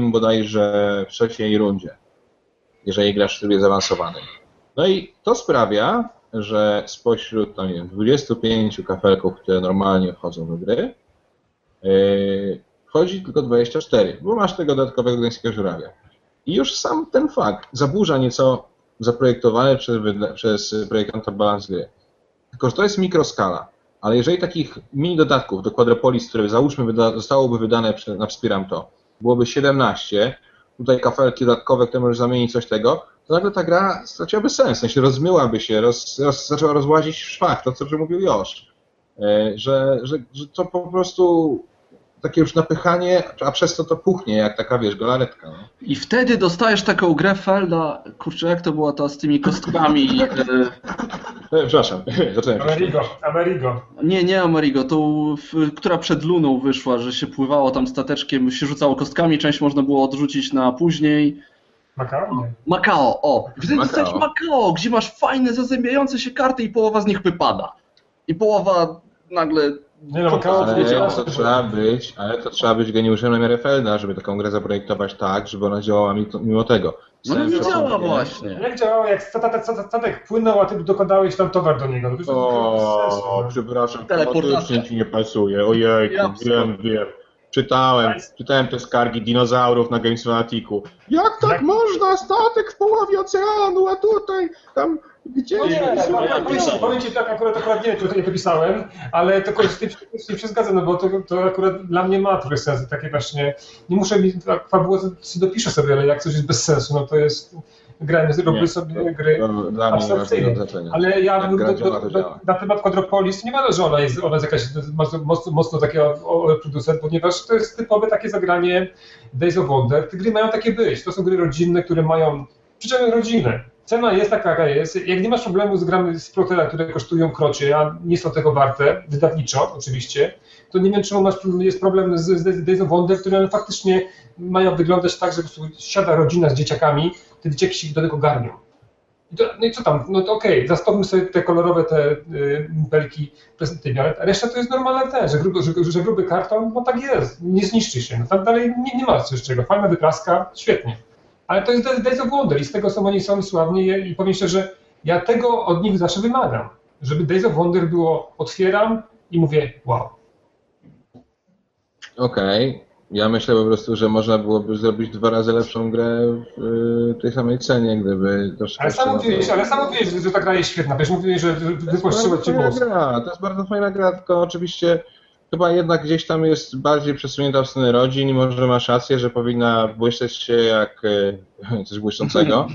w trzeciej rundzie, jeżeli grasz w trybie zaawansowanym. No i to sprawia, że spośród tam, nie wiem, 25 kafelków, które normalnie wchodzą do gry, wchodzi tylko 24, bo masz tego dodatkowego Gdańskiego Żurawia. I już sam ten fakt zaburza nieco zaprojektowany przez projektanta balans gry. Tylko, że to jest mikroskala, ale jeżeli takich mini dodatków do Quadropolis, które załóżmy zostałoby wydane, wspieram to, byłoby 17, tutaj kafelki dodatkowe, które możesz zamienić coś tego, to nagle ta gra straciłaby sens, w sensie rozmyłaby się, zaczęła rozłazić w szwach, to co mówił Josz, że to po prostu takie już napychanie, a przez to puchnie, jak taka, wiesz, galaretka. No. I wtedy dostajesz taką grę Felda, kurczę, jak to była ta z tymi kostkami? Przepraszam, zacząłem się. Amerigo. Nie Amerigo, tą, która przed Luną wyszła, że się pływało tam stateczkiem, się rzucało kostkami, część można było odrzucić na później. Macao, o. Wtedy dostajesz Macao, gdzie masz fajne, zazębiające się karty i połowa z nich wypada. I połowa nagle... Ale to trzeba być geniuszem na miarę Felda, żeby taką grę zaprojektować tak, żeby ona działała mimo tego. No nie działa właśnie. Jak działało, jak statek płynął, a ty dokładałeś tam towar do niego. Przepraszam, tematycznie ci nie pasuje. Ojejku, wiem. Czytałem te skargi dinozaurów na Games Fanaticu. Jak tak można? Statek w połowie oceanu, a tutaj tam... Gdzie? Powiem ci tak, akurat nie wiem, czy to pisałem, ale to z tym się nie zgadzam, no bo to akurat dla mnie ma trochę sens. Takie właśnie, nie muszę mieć, fabułę dopiszę sobie, ale jak coś jest bez sensu, no to jest, robię sobie gry abstrakcyjne. Ale ja na temat Quadropolis nie ma, że ona jest jakaś mocno takiego producent, ponieważ to jest typowe takie zagranie Days of Wonder. Te gry mają takie być, to są gry rodzinne, które mają, przyczepne rodziny. Cena jest taka, jaka jest. Jak nie masz problemu z grami z Plotera, które kosztują krocie, a nie są tego warte, wydawniczo oczywiście, to nie wiem, czy jest problem z Days of Wonder, które faktycznie mają wyglądać tak, że po prostu siada rodzina z dzieciakami, te dzieciaki się do tego garnią. No i co tam? No to okej, zastąpmy sobie te kolorowe belki prezentywne, ale reszta to jest normalne też, że gruby karton, no tak jest, nie zniszczy się. No tam dalej nie ma coś czego. Fajna wypraska, świetnie. Ale to jest Days of Wonder i z tego oni są sławni i powiem szczerze, ja tego od nich zawsze wymagam. Żeby Days of Wonder było, otwieram i mówię wow. Okej. Ja myślę po prostu, że można byłoby zrobić 2 razy lepszą grę w tej samej cenie, gdyby troszkę... Ale sam mówiłeś, że ta gra jest świetna, wiesz, mówiłeś, że wypuściła cię głos. To jest bardzo fajna gra, tylko oczywiście chyba jednak gdzieś tam jest bardziej przesunięta w stronę rodzin i może masz rację, że powinna błyszczeć się jak coś błyszczącego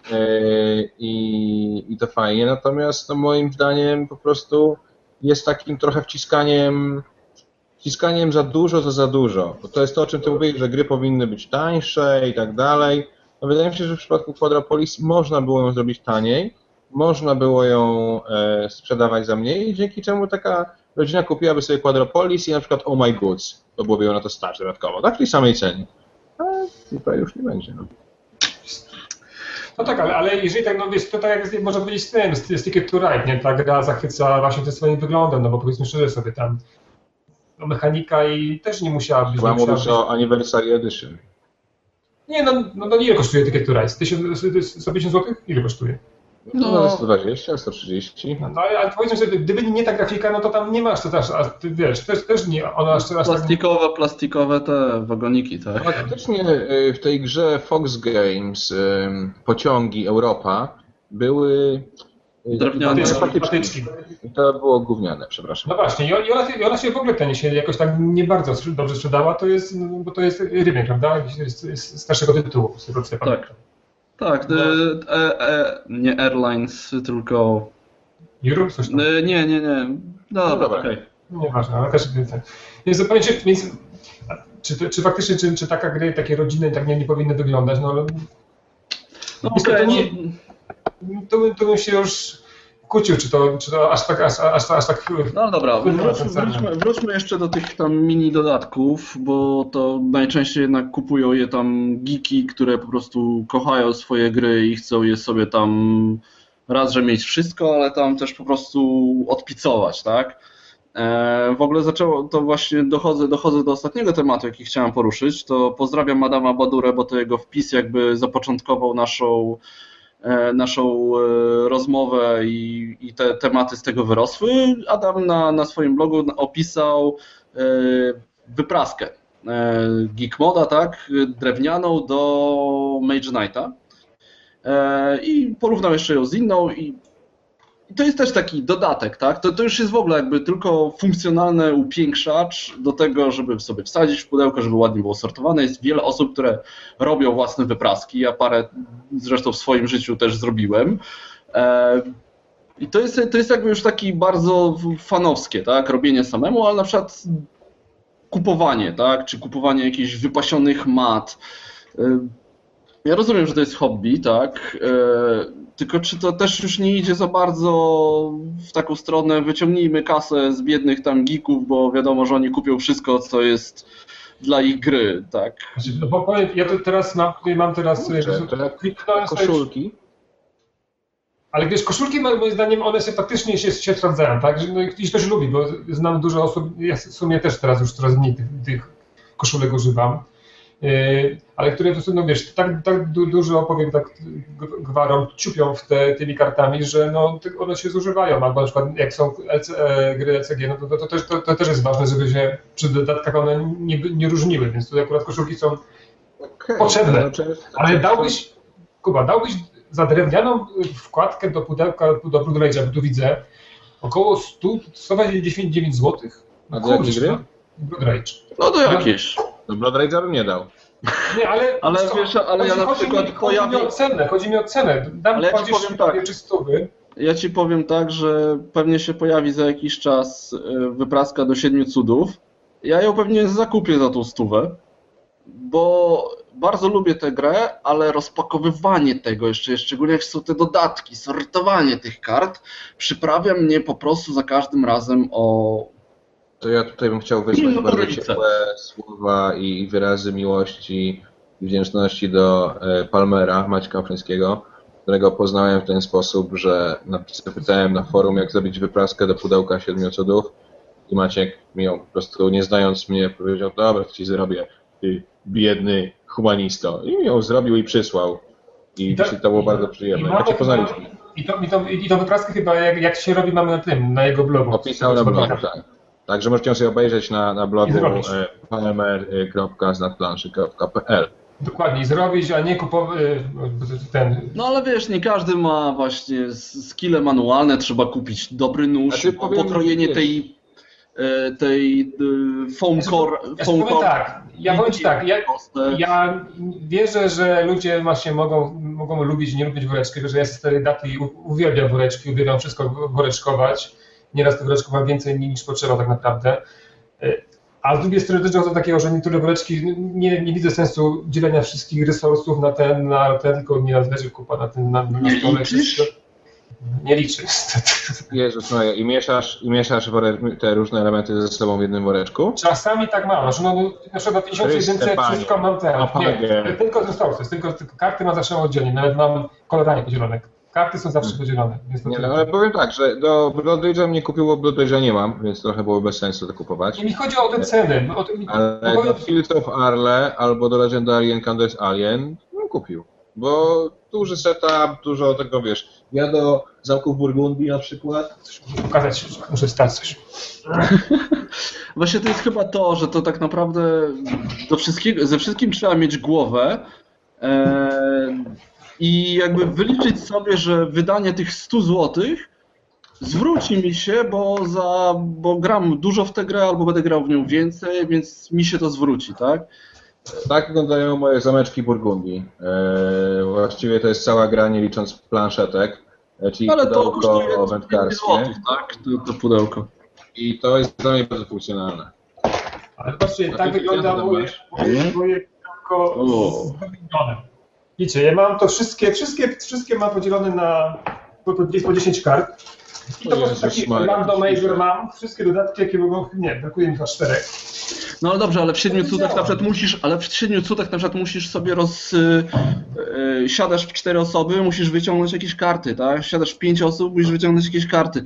i to fajnie, natomiast no, moim zdaniem po prostu jest takim trochę wciskaniem za dużo, to za dużo. Bo to jest to, o czym ty mówisz, że gry powinny być tańsze i tak dalej. No wydaje mi się, że w przypadku Quadropolis można było ją zrobić taniej, można było ją sprzedawać za mniej, dzięki czemu taka rodzina kupiłaby sobie Quadropolis i na przykład Oh My Goods, to byłoby ją na to stać dodatkowo, tak? W tej samej cenie. A tutaj już nie będzie. No. No tak, ale jeżeli tak, no wiesz, to tak jak można powiedzieć z Ticket to Ride, nie? Ta gra zachwyca właśnie tym swoim wyglądem, no bo powiedzmy szczerze sobie tam mechanika i też nie musiała być. Chyba mówisz o Anniversary Edition. Nie, no ile kosztuje Ticket to Ride? 150 zł? Ile kosztuje? No 120, 130. No ale powiedzmy sobie, gdyby nie ta grafika, no to tam nie masz, to też, a ty wiesz, też nie, ona aż plastikowe te wagoniki, tak? Faktycznie w tej grze Fox Games, pociągi Europa były Drewniane. Patyczki. To było gówniane, przepraszam. No właśnie, i ona się w ogóle ten się jakoś tak nie bardzo dobrze sprzedała, bo to jest remake, prawda? Z starszego tytułu, z tego co ja pamiętam. Tak, nie Airlines, tylko... Europe? Coś tam. Nie. Dobra, okej. Nieważne, ale też tak. Więc czy faktycznie, czy takie rodziny tak nie powinny wyglądać? No, ale No okej, to bym się już kłócił, czy to aż tak... No dobra, wróćmy jeszcze do tych tam mini dodatków, bo to najczęściej jednak kupują je tam geeki, które po prostu kochają swoje gry i chcą je sobie tam raz, że mieć wszystko, ale tam też po prostu odpicować, tak? W ogóle zaczęło to właśnie, dochodzę do ostatniego tematu, jaki chciałem poruszyć, to pozdrawiam Madama Badurę, bo to jego wpis jakby zapoczątkował naszą rozmowę i te tematy z tego wyrosły. Adam na swoim blogu opisał wypraskę Geekmoda, tak, drewnianą do Mage Knighta i porównał jeszcze ją z inną i to jest też taki dodatek, tak? To już jest w ogóle jakby tylko funkcjonalny upiększacz do tego, żeby sobie wsadzić w pudełko, żeby ładnie było sortowane. Jest wiele osób, które robią własne wypraski. Ja parę zresztą w swoim życiu też zrobiłem. I to jest jakby już taki bardzo fanowskie, tak? Robienie samemu, ale na przykład kupowanie, tak? Czy kupowanie jakichś wypasionych mat. Ja rozumiem, że to jest hobby, tak? Tylko czy to też już nie idzie za bardzo w taką stronę, wyciągnijmy kasę z biednych tam geeków, bo wiadomo, że oni kupią wszystko, co jest dla ich gry, tak? No bo powiem, ja to teraz mam teraz... Koszulki. Ale wiesz, koszulki moim zdaniem one faktycznie się sprawdzają, tak? No i ktoś lubi, bo znam dużo osób, ja w sumie też teraz już coraz mniej tych koszulek używam. Ale które po prostu, no wiesz, tak dużo, powiem tak gwarą, ciupią tymi kartami, że no, one się zużywają, albo na przykład jak są gry LCG, no to też jest ważne, żeby się przy dodatkach one nie różniły, więc tutaj akurat koszulki są potrzebne. Ale dałbyś za drewnianą wkładkę do pudełka, do Blood Rage'a, bo tu widzę, około 129 zł. A do jakiej gry? Blood Rage. No to jakieś. Do Blood Rage'a bym nie dał. Nie, ale wiesz, ale ja na przykład chodzi mi o cenę. Dam ja ci powiem tak. 300. Ja ci powiem tak, że pewnie się pojawi za jakiś czas wypraska do 7 cudów. Ja ją pewnie zakupię za tą 100, bo bardzo lubię tę grę, ale rozpakowywanie tego jeszcze, szczególnie jak są te dodatki, sortowanie tych kart, przyprawia mnie po prostu za każdym razem o... To ja tutaj bym chciał wysłać bardzo ciepłe słowa i wyrazy miłości i wdzięczności do Palmera, Maćka Opryńskiego, którego poznałem w ten sposób, że zapytałem na forum, jak zrobić wypraskę do pudełka 7 cudów i Maciek mi ją po prostu, nie znając mnie, powiedział, dobra, to ci zrobię, ty biedny humanisto. I mi ją zrobił i przysłał. I to było bardzo przyjemne. Jak się poznaliśmy. I tą wypraskę chyba, jak się robi, mamy na jego blogu. Opisał na blogu, tak. Także możecie sobie obejrzeć na blogu palmer.znadplanszy.pl. Dokładnie, zrobić, a nie kupować ten... No ale wiesz, nie każdy ma właśnie skille manualne, trzeba kupić dobry nóż, pokrojenie tej foam core... Ja powiem tak, ja wierzę, że ludzie właśnie mogą lubić, nie lubić woreczki, że ja z tej daty uwielbiam woreczki, uwielbiam wszystko woreczkować. Nieraz to woreczko ma więcej niż potrzeba tak naprawdę. A z drugiej strony też dochodzą do takiego, że niektóre woreczki nie widzę sensu dzielenia wszystkich resursów na ten, tylko nie leży kupa na stole. Nie liczy niestety. Jezus, no i mieszasz te różne elementy ze sobą w jednym woreczku? Czasami tak mam. Na przykład na 51 wszystko mam tylko ze sources, tylko karty mam zawsze oddzielnie, nawet mam kolorami podzielone. Karty są zawsze podzielone. Nie, no, ale powiem tak, że do Blood Rage'a mnie kupiło, Blood Rage'a nie mam, więc trochę było bez sensu to kupować. Nie mi chodzi o te ceny. Ale do Fields of Arle albo do Legendary Incandescent Alien kupił. Bo duży setup, dużo tego, wiesz. Ja do Zamków Burgundii na przykład. Muszę pokazać, muszę stać coś. Właśnie to jest chyba to, że to tak naprawdę ze wszystkim trzeba mieć głowę. i jakby wyliczyć sobie, że wydanie tych 100 zł zwróci mi się, bo gram dużo w tę grę albo będę grał w nią więcej, więc mi się to zwróci, tak? Tak wyglądają moje zameczki Burgundii. Właściwie to jest cała gra, nie licząc planszetek, czyli Ale to pudełko kosztuje wędkarskie. 5 zł, tak? To pudełko. I to jest dla mnie bardzo funkcjonalne. Ale patrzcie, A tak ty wygląda jak to moje masz? pudełko z wymienionym. Widzicie, ja mam to wszystkie mam podzielone na po 10 kart. I to po prostu Jezus taki Maria. randomizer mam, wszystkie dodatki, jakie mogą, nie, brakuje mi chyba 4. No ale dobrze, ale w 7 cudach na przykład musisz sobie siadasz w 4 osoby, musisz wyciągnąć jakieś karty, tak? Siadasz w 5 osób, musisz wyciągnąć jakieś karty.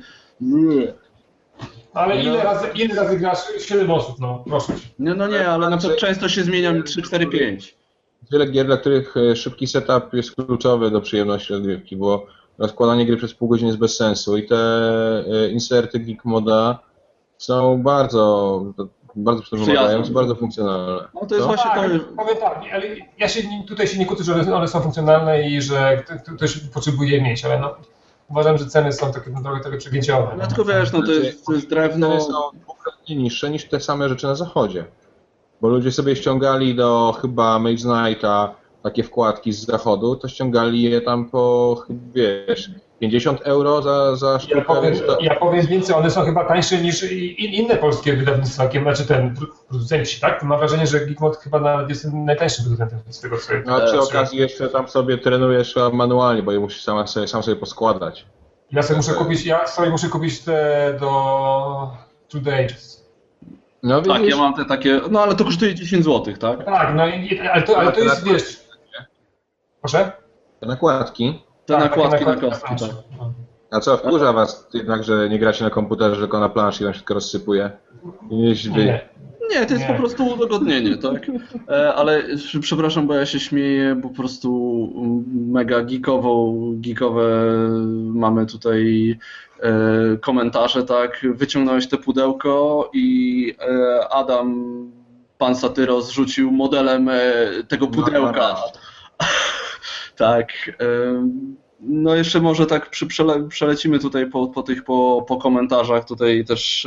Ale ile razy grasz? 7 osób, no proszę. Nie, ale na przykład często się zmieniam 3, 4, 5. Wiele gier, dla których szybki setup jest kluczowy do przyjemności rozgrywki, bo rozkładanie gry przez pół godziny jest bez sensu i te inserty Geek Moda są bardzo pomagają, są bardzo funkcjonalne. No to jest właśnie to. Powiem tak, ale ja tutaj się nie kłócę, że one są funkcjonalne i że ktoś potrzebuje mieć, ale no, uważam, że ceny są takie trochę przegięciowe. No tylko wiesz, no to jest drewno. Ceny są dwukrotnie niższe niż te same rzeczy na zachodzie. Bo ludzie sobie ściągali do chyba Mage Knighta takie wkładki z zachodu, to ściągali je tam po, wiesz, 50 euro za sztukę. Ja powiem więcej, one są chyba tańsze niż inne polskie wydawnictwa, znaczy producenci, tak? Mam wrażenie, że Geekmod chyba nawet jest najtańszym producentem z tego, co a przy okazji jeszcze tam sobie trenujesz manualnie, bo je musisz sam sobie poskładać. Ja sobie muszę kupić te do True Ages. No, tak, ja mam te takie, no ale to kosztuje 10 zł, tak? Tak, no ale to jest, wiesz... Proszę? Te nakładki. Te nakładki na kostki, tak. A co, wkurza was jednak, że nie gracie na komputerze, tylko na planszy i tam wszystko rozsypuje? Nie, to jest po prostu udogodnienie, tak? Ale przepraszam, bo ja się śmieję, bo po prostu mega geekowe mamy tutaj komentarze, tak? Wyciągnąłeś te pudełko i Adam, pan Satyro, zrzucił modelem tego pudełka. Tak. No jeszcze może tak przelecimy tutaj po komentarzach, tutaj też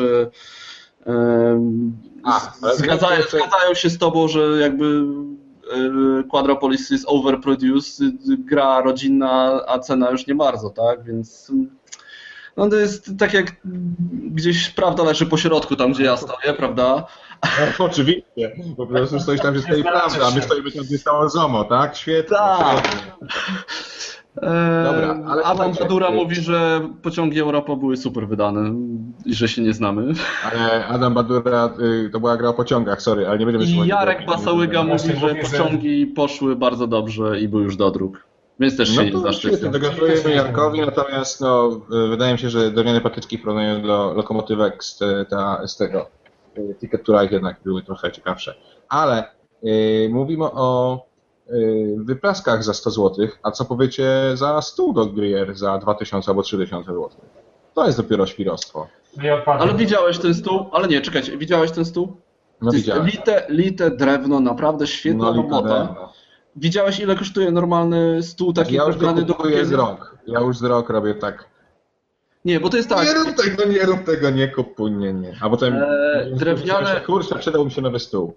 zgadzają się z tobą, że jakby Quadropolis jest overproduced, gra rodzinna, a cena już nie bardzo, tak? Więc no to jest tak jak gdzieś prawda leży po środku, tam gdzie ja stoję, prawda? No, oczywiście, po prostu stoisz tam, gdzie stoi prawda, a my stoimy tam, gdzie stało ZOMO, tak? Świetnie. Tak. Dobra, ale Adam Badura mówi, że pociągi Europa były super wydane i że się nie znamy. Ale Adam Badura, to była gra o pociągach, sorry, ale nie będziemy... I Jarek Basałyga mówi, że pociągi poszły bardzo dobrze i był już dodruk. Więc też się nie zaszczycę. Gratulujemy Jarkowi, natomiast no, wydaje mi się, że drewniane patyczki w porównaniu do lokomotywek z tego Ticket to Ride jednak były trochę ciekawsze. Ale mówimy o wyplaskach za 100 zł, a co powiecie za stół do Grier za 2000 albo 3000 zł? To jest dopiero świrostwo. Ale widziałeś ten stół? Ale nie, czekajcie, widziałeś ten stół? No widziałem. Lite drewno, naprawdę świetna robota. Widziałeś, ile kosztuje normalny stół taki drewniany do kupienia? Z rąk. Ja już z rąk robię tak. Nie, bo to jest tak. Nie rób tego, nie kupuj, nie. A potem drewniane... Kurczę, przydał mi się nowy stół.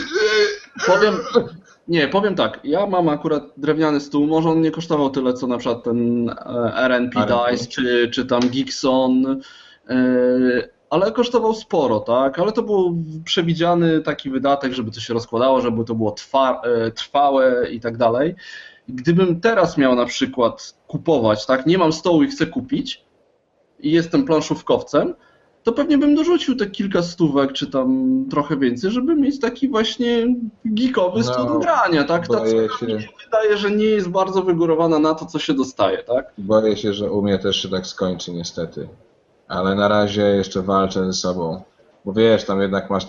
Powiem tak, ja mam akurat drewniany stół, może on nie kosztował tyle, co na przykład ten RNP Dice, czy tam Geekson, ale kosztował sporo, tak? Ale to był przewidziany taki wydatek, żeby to się rozkładało, żeby to było trwałe i tak dalej. Gdybym teraz miał na przykład kupować, tak? Nie mam stołu i chcę kupić i jestem planszówkowcem, to pewnie bym dorzucił te kilka stówek, czy tam trochę więcej, żeby mieć taki właśnie geekowy stół do grania, tak? Ta cena mi się wydaje, że nie jest bardzo wygórowana na to, co się dostaje, tak? Boję się, że u mnie też się tak skończy niestety. Ale na razie jeszcze walczę ze sobą. Bo wiesz, tam jednak masz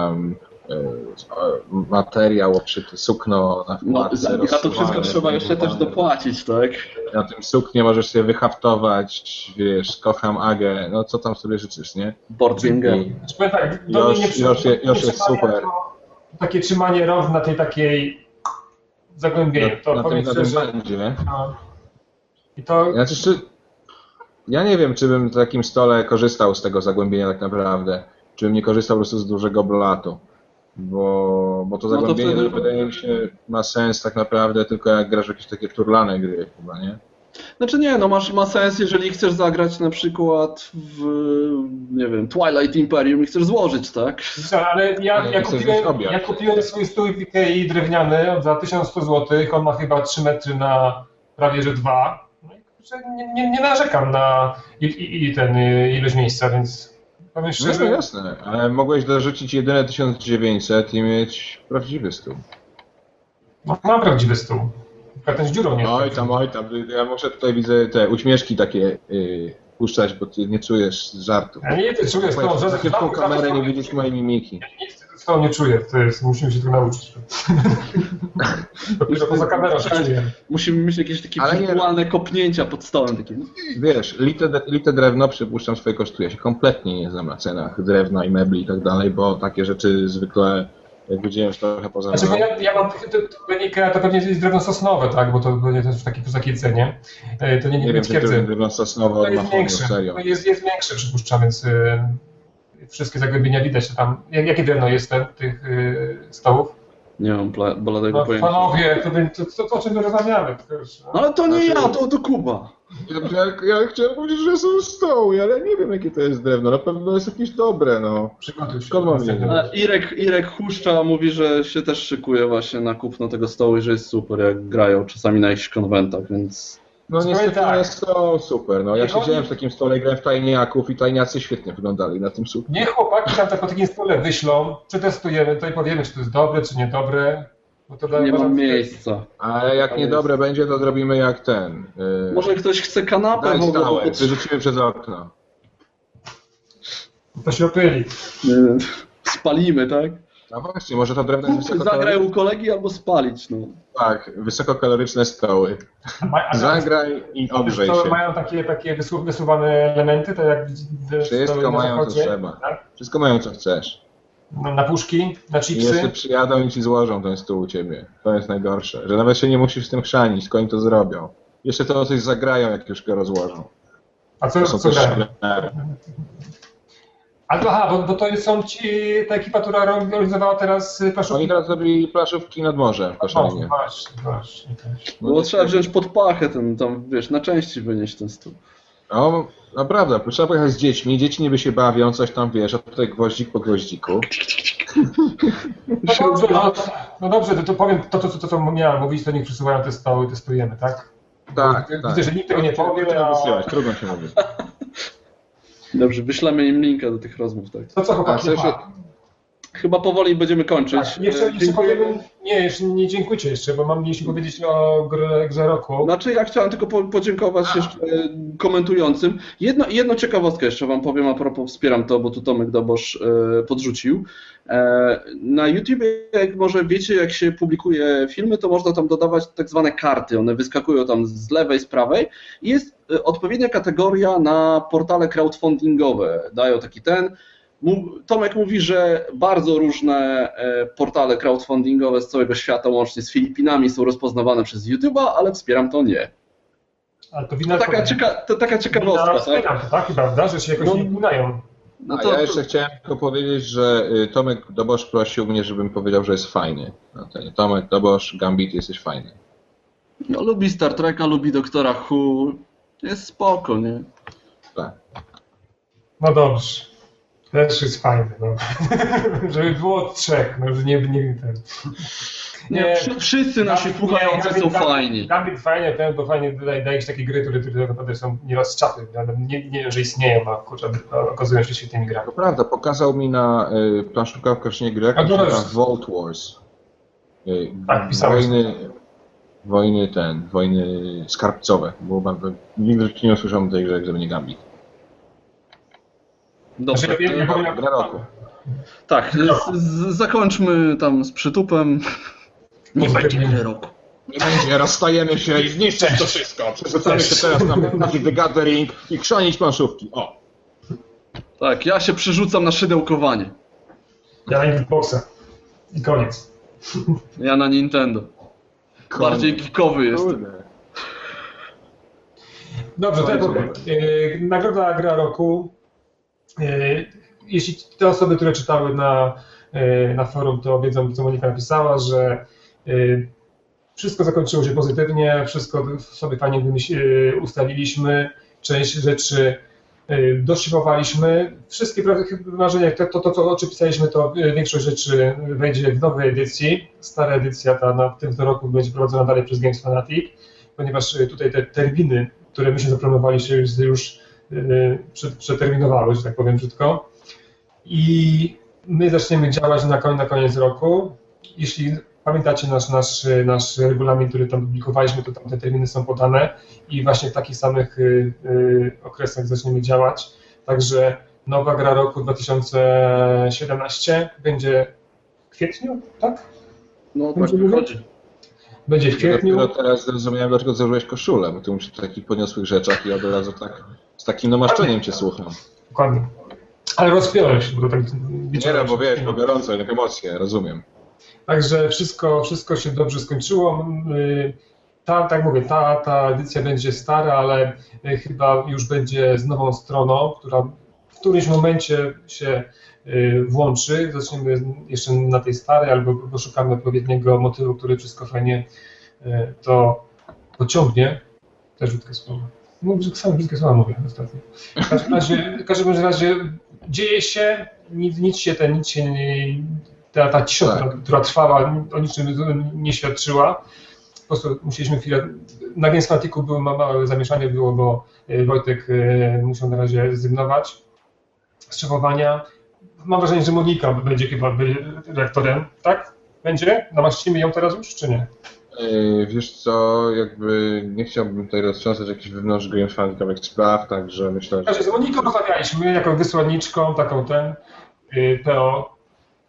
materiał obszyty, sukno na wkładce. A to wszystko trzeba jeszcze też dopłacić, tak? Na tym suknie możesz sobie wyhaftować, wiesz, kocham Agę, no co tam sobie życzysz, nie? Board game. Już jest super. Takie trzymanie rąk na tej takiej zagłębienie. To na powiem tym szczerze. będzie. I to Ja nie wiem, czy bym w takim stole korzystał z tego zagłębienia tak naprawdę. Czy bym nie korzystał po prostu z dużego blatu. Bo to zagłębienie wtedy- wydaje mi się ma sens tak naprawdę tylko jak grasz w jakieś takie turlane gry chyba, nie? Znaczy nie, no ma sens, jeżeli chcesz zagrać na przykład w, nie wiem, Twilight Imperium i chcesz złożyć, tak? Ale ja chcę zjeść kupiłem, obiad. ja kupiłem swój stół w Ikei drewniany za 1100 zł. On ma chyba 3 metry na prawie że 2. No i kurczę, nie narzekam na ilość miejsca, więc powiem No szczerze. jasne, ale mogłeś dorzucić jedyne 1900 i mieć prawdziwy stół. Mam prawdziwy stół. Tylko ten z dziurą nie Oj tam, ja muszę tutaj widzę te uśmieszki takie puszczać, bo ty nie czujesz żartu. Ja nie czuję z tą, że Takie w tą kamerę nie widzisz mojej mimiki. z tą nie czuję, musimy się tego nauczyć. Dopiero poza kamerą się czuję. Musimy mieć jakieś takie Ale nie- wirtualne kopnięcia pod stołem. Takie. Wiesz, lite drewno, przypuszczam, swoje kosztuje. Się kompletnie nie znam na cenach drewna i mebli i tak dalej, bo takie rzeczy zwykle, jak widziałem, już trochę poza Znaczy, bo mną. ja mam Ikea, to pewnie jest drewno sosnowe, tak? Bo to pewnie też w takiej cenie. To nie Nie wiem, czy to twierdzy. jest drewno sosnowe To od jest Mafonu, większe. serio. To jest większe, przypuszczam, więc wszystkie zagłębienia widać tam. Jakie drewno jest tych stołów? Nie mam bladego No, pojęcia. panowie, to o czym my rozmawiamy? No ale to nie Znaczy- ja, to Kuba. Ja chciałem powiedzieć, że są stoły, ale nie wiem, jakie to jest drewno. Na pewno jest jakieś dobre, no. Przygotuj się. Skąd mam wiedzieć? A Irek Huszcza mówi, że się też szykuje właśnie na kupno tego stołu i że jest super, jak grają czasami na jakichś konwentach, więc... No Słuchaj, niestety tak. one są super, no. Ja Nie siedziałem chodzi- w takim stole, grałem w tajniaków i tajniacy świetnie wyglądali na tym super. Nie chłopaki tam tak po takim stole wyślą, przetestujemy to i powiemy, czy to jest dobre, czy niedobre. Bo to Nie uważam, mam że- miejsca. Ale jak To niedobre będzie, to zrobimy jak ten. Może ktoś chce kanapę Daj w ogóle, stałe, bo wyrzucimy przez okno. To się opyli. spalimy, tak? A właśnie, może to drewno jest Zagraj wysokokaloryczne. u kolegi albo spalić, no. Tak, wysokokaloryczne stoły. Zagraj i ogrzej Stoły się. mają takie wysuwane elementy, tak jak Wszystko stoły na mają, co zachodzie, trzeba. tak? Wszystko mają, co chcesz. Na puszki, na I chipsy. jeszcze przyjadą i ci złożą ten stół u ciebie. To jest najgorsze. Że nawet się nie musisz z tym chrzanić, tylko oni to zrobią. Jeszcze to coś zagrają, jak już go rozłożą. A To są co też grają? szalery. Bo to są ta ekipa, która organizowała teraz plaszówki. Oni teraz zrobili plaszówki nad morzem w Koszalinie. Właśnie. Było trzeba wziąć pod pachę ten, tam, wiesz, na części wynieść ten stół. No, naprawdę, trzeba pojechać z dziećmi, dzieci niby się bawią, coś tam, wiesz, a tutaj gwoździk po gwoździku. No dobrze, to powiem to, co miałem mówić, to niech przysyłają te stoły i testujemy, tak? Tak, Widzę, tak. że nikt tego nie powie, Trzeba a... wysyłać, trudno się mówi. Dobrze, wyślemy im linka do tych rozmów, tak. To co A chłopaki? w sensie, Chyba powoli będziemy kończyć. Tak, jeszcze powiemy, jeszcze nie dziękujcie jeszcze, bo mieliśmy powiedzieć o grze roku. Znaczy ja chciałem tylko podziękować jeszcze komentującym. Jedną ciekawostkę jeszcze wam powiem a propos, wspieram to, bo tu Tomek Dobosz podrzucił. Na YouTubie, jak może wiecie, jak się publikuje filmy, to można tam dodawać tak zwane karty. One wyskakują tam z lewej, z prawej i jest odpowiednia kategoria na portale crowdfundingowe. Dają taki ten. Tomek mówi, że bardzo różne portale crowdfundingowe z całego świata, łącznie z Filipinami, są rozpoznawane przez YouTube'a, ale wspieram to nie. Ale to wina... To taka ciekawostka, tak? Wspieram to, tak? Prawda, że się jakoś nie udają. No a ja jeszcze chciałem tylko powiedzieć, że Tomek Dobosz prosił mnie, żebym powiedział, że jest fajny. No, Tomek Dobosz, Gambit, jesteś fajny. No, lubi Star Treka, lubi Doktora Who. Jest spoko, nie? Tak. No dobrze. Też jest fajny, no. Żeby było trzech, no, że nie ten. Nie, wszyscy nasi słuchający są fajni. Gambit fajnie, bo fajnie daje się takie gry, które naprawdę są nieraz czapy, nie że istnieją, a kurczę, okazują się świetnymi grami. To prawda, pokazał mi na planszówkach w Koszynie gry, jak A to się jest- nazywa Vault Wars. Tak, pisałeś. Wojny skarbcowe. Było bardzo... Nigdy nie usłyszałem tej grze, gdyby nie Gambit. Dobrze. Znaczy, ja powiem, Gra roku. Tak, zakończmy tam z przytupem. Nie będzie gry roku. Nie będzie, rozstajemy się i zniszczyć to wszystko. Przerzucamy się teraz na Magic the Gathering i chrzanić planszówki. O! Tak, ja się przerzucam na szydełkowanie. ja na Xboxa. I koniec. Ja na Nintendo. Bardziej geekowy jestem. Kurde. Dobrze, to ja powiem. Nagroda Gra Roku. Jeśli te osoby, które czytały na forum, to wiedzą, co Monika napisała, że wszystko zakończyło się pozytywnie, wszystko sobie fajnie ustaliliśmy, część rzeczy doszifrowaliśmy. Wszystkie marzenia, o czym pisaliśmy, to większość rzeczy wejdzie w nowej edycji. Stara edycja ta w tym roku będzie prowadzona dalej przez Games Fanatic, ponieważ tutaj te terminy, które myśmy zaplanowali, się już przeterminowały, że tak powiem brzydko. I my zaczniemy działać na koniec roku. Jeśli pamiętacie nasz regulamin, który tam publikowaliśmy, to tam te terminy są podane i właśnie w takich samych okresach zaczniemy działać. Także nowa gra roku 2017 będzie w kwietniu, tak? No tak wychodzi. Będzie w kwietniu. Dopiero teraz zrozumiałem, dlaczego założyłeś koszulę, bo ty mówisz o takich podniosłych rzeczach i od razu tak z takim namaszczeniem cię słucham. Dokładnie. Ale rozpiąłem się, bo tak Nie, bo wiesz, bo gorąco, jednak emocje, rozumiem. Także wszystko się dobrze skończyło. Tak mówię, ta edycja będzie stara, ale chyba już będzie z nową stroną, która w którymś momencie się włączy. Zaczniemy jeszcze na tej starej, albo poszukamy odpowiedniego motywu, który wszystko fajnie to pociągnie. Też brzydkie słowa. No, same brzydkie słowa mówię ostatnio. W każdym razie dzieje się, nic się ta cisza, która trwała, o niczym nie świadczyła. Po prostu musieliśmy chwilę. Na Games Fanaticu było małe zamieszanie, bo Wojtek musiał na razie zrezygnować z szefowania. Mam wrażenie, że Monika będzie chyba redaktorem, tak? Będzie? Namaścimy ją teraz już, czy nie? Wiesz co, jakby nie chciałbym tutaj roztrząsać jakichś wewnątrz Games Fanaticowych spraw, także myślę, że... Z Moniką rozmawialiśmy jako wysłanniczką, taką PO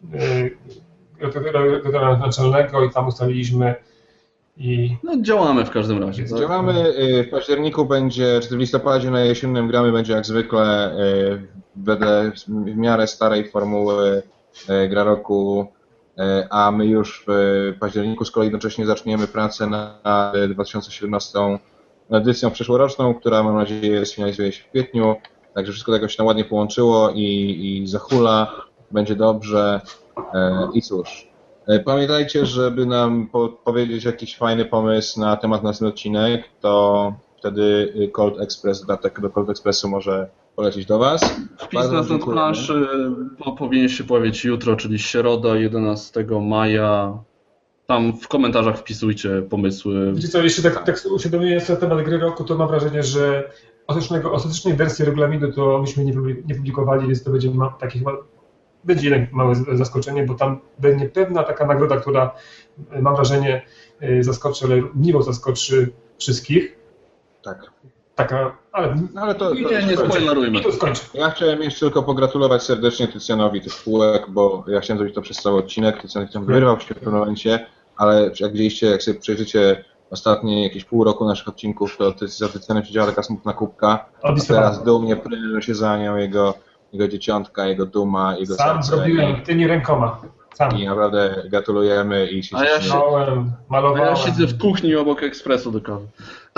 naczelnego i tam ustaliliśmy i... No działamy w każdym razie. Tak? Działamy, w październiku będzie, czy w listopadzie na jesiennym gramy będzie jak zwykle wedle w miarę starej formuły Gra Roku, a my już w październiku z kolei jednocześnie zaczniemy pracę nad 2017 edycją przyszłoroczną, która mam nadzieję sfinalizuje się w kwietniu, także wszystko jakoś tam ładnie połączyło i zahula, będzie dobrze i cóż. Pamiętajcie, żeby nam powiedzieć jakiś fajny pomysł na temat następny odcinek, to wtedy Cold Express, datek do Cold Expressu może polecieć do Was. Wpis na ten plansz powinien się pojawić jutro, czyli środa 11 maja. Tam w komentarzach wpisujcie pomysły. Wiecie co, jeśli tak uświadomiłem sobie temat Gry Roku, to mam wrażenie, że ostatecznej wersji regulaminu to myśmy nie publikowali, więc to będzie będzie jednak małe zaskoczenie, bo tam będzie pewna taka nagroda, która mam wrażenie zaskoczy, ale miło zaskoczy wszystkich. Tak. Taka, ale to nie spoilerujmy. To skończę. Ja chciałem jeszcze tylko pogratulować serdecznie Tycjanowi tych półek, bo ja chciałem zrobić to przez cały odcinek. Tycjan wyrwał się w pewnym momencie, ale jak widzieliście, jak sobie przejrzycie ostatnie jakieś pół roku naszych odcinków, to za Tycjanem siedziała taka smutna kubka, a teraz dumnie prężą się za nią jego dzieciątka, jego duma, jego Sam serce. zrobiłem tymi rękoma. Sam. I naprawdę gratulujemy i się malowałem. Ja siedzę w kuchni obok ekspresu do kawy.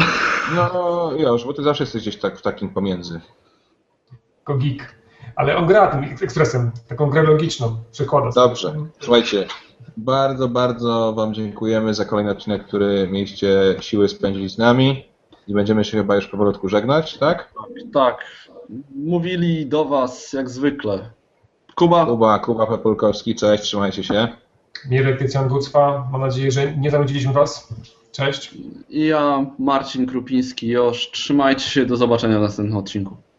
No już, bo ty zawsze jesteś gdzieś tak w takim pomiędzy. Jako geek. Ale on gra tym ekspresem, taką grę logiczną, przekłada. Dobrze, słuchajcie, bardzo, bardzo Wam dziękujemy za kolejny odcinek, który mieliście siły spędzić z nami i będziemy się chyba już powolutku żegnać, tak? Tak. Mówili do Was jak zwykle Kuba Pepulkowski, cześć, trzymajcie się. Mirek Tycjan-Gucwa, mam nadzieję, że nie zanudziliśmy Was. Cześć. I ja, Marcin Krupiński, Josz. Trzymajcie się, do zobaczenia w następnym odcinku.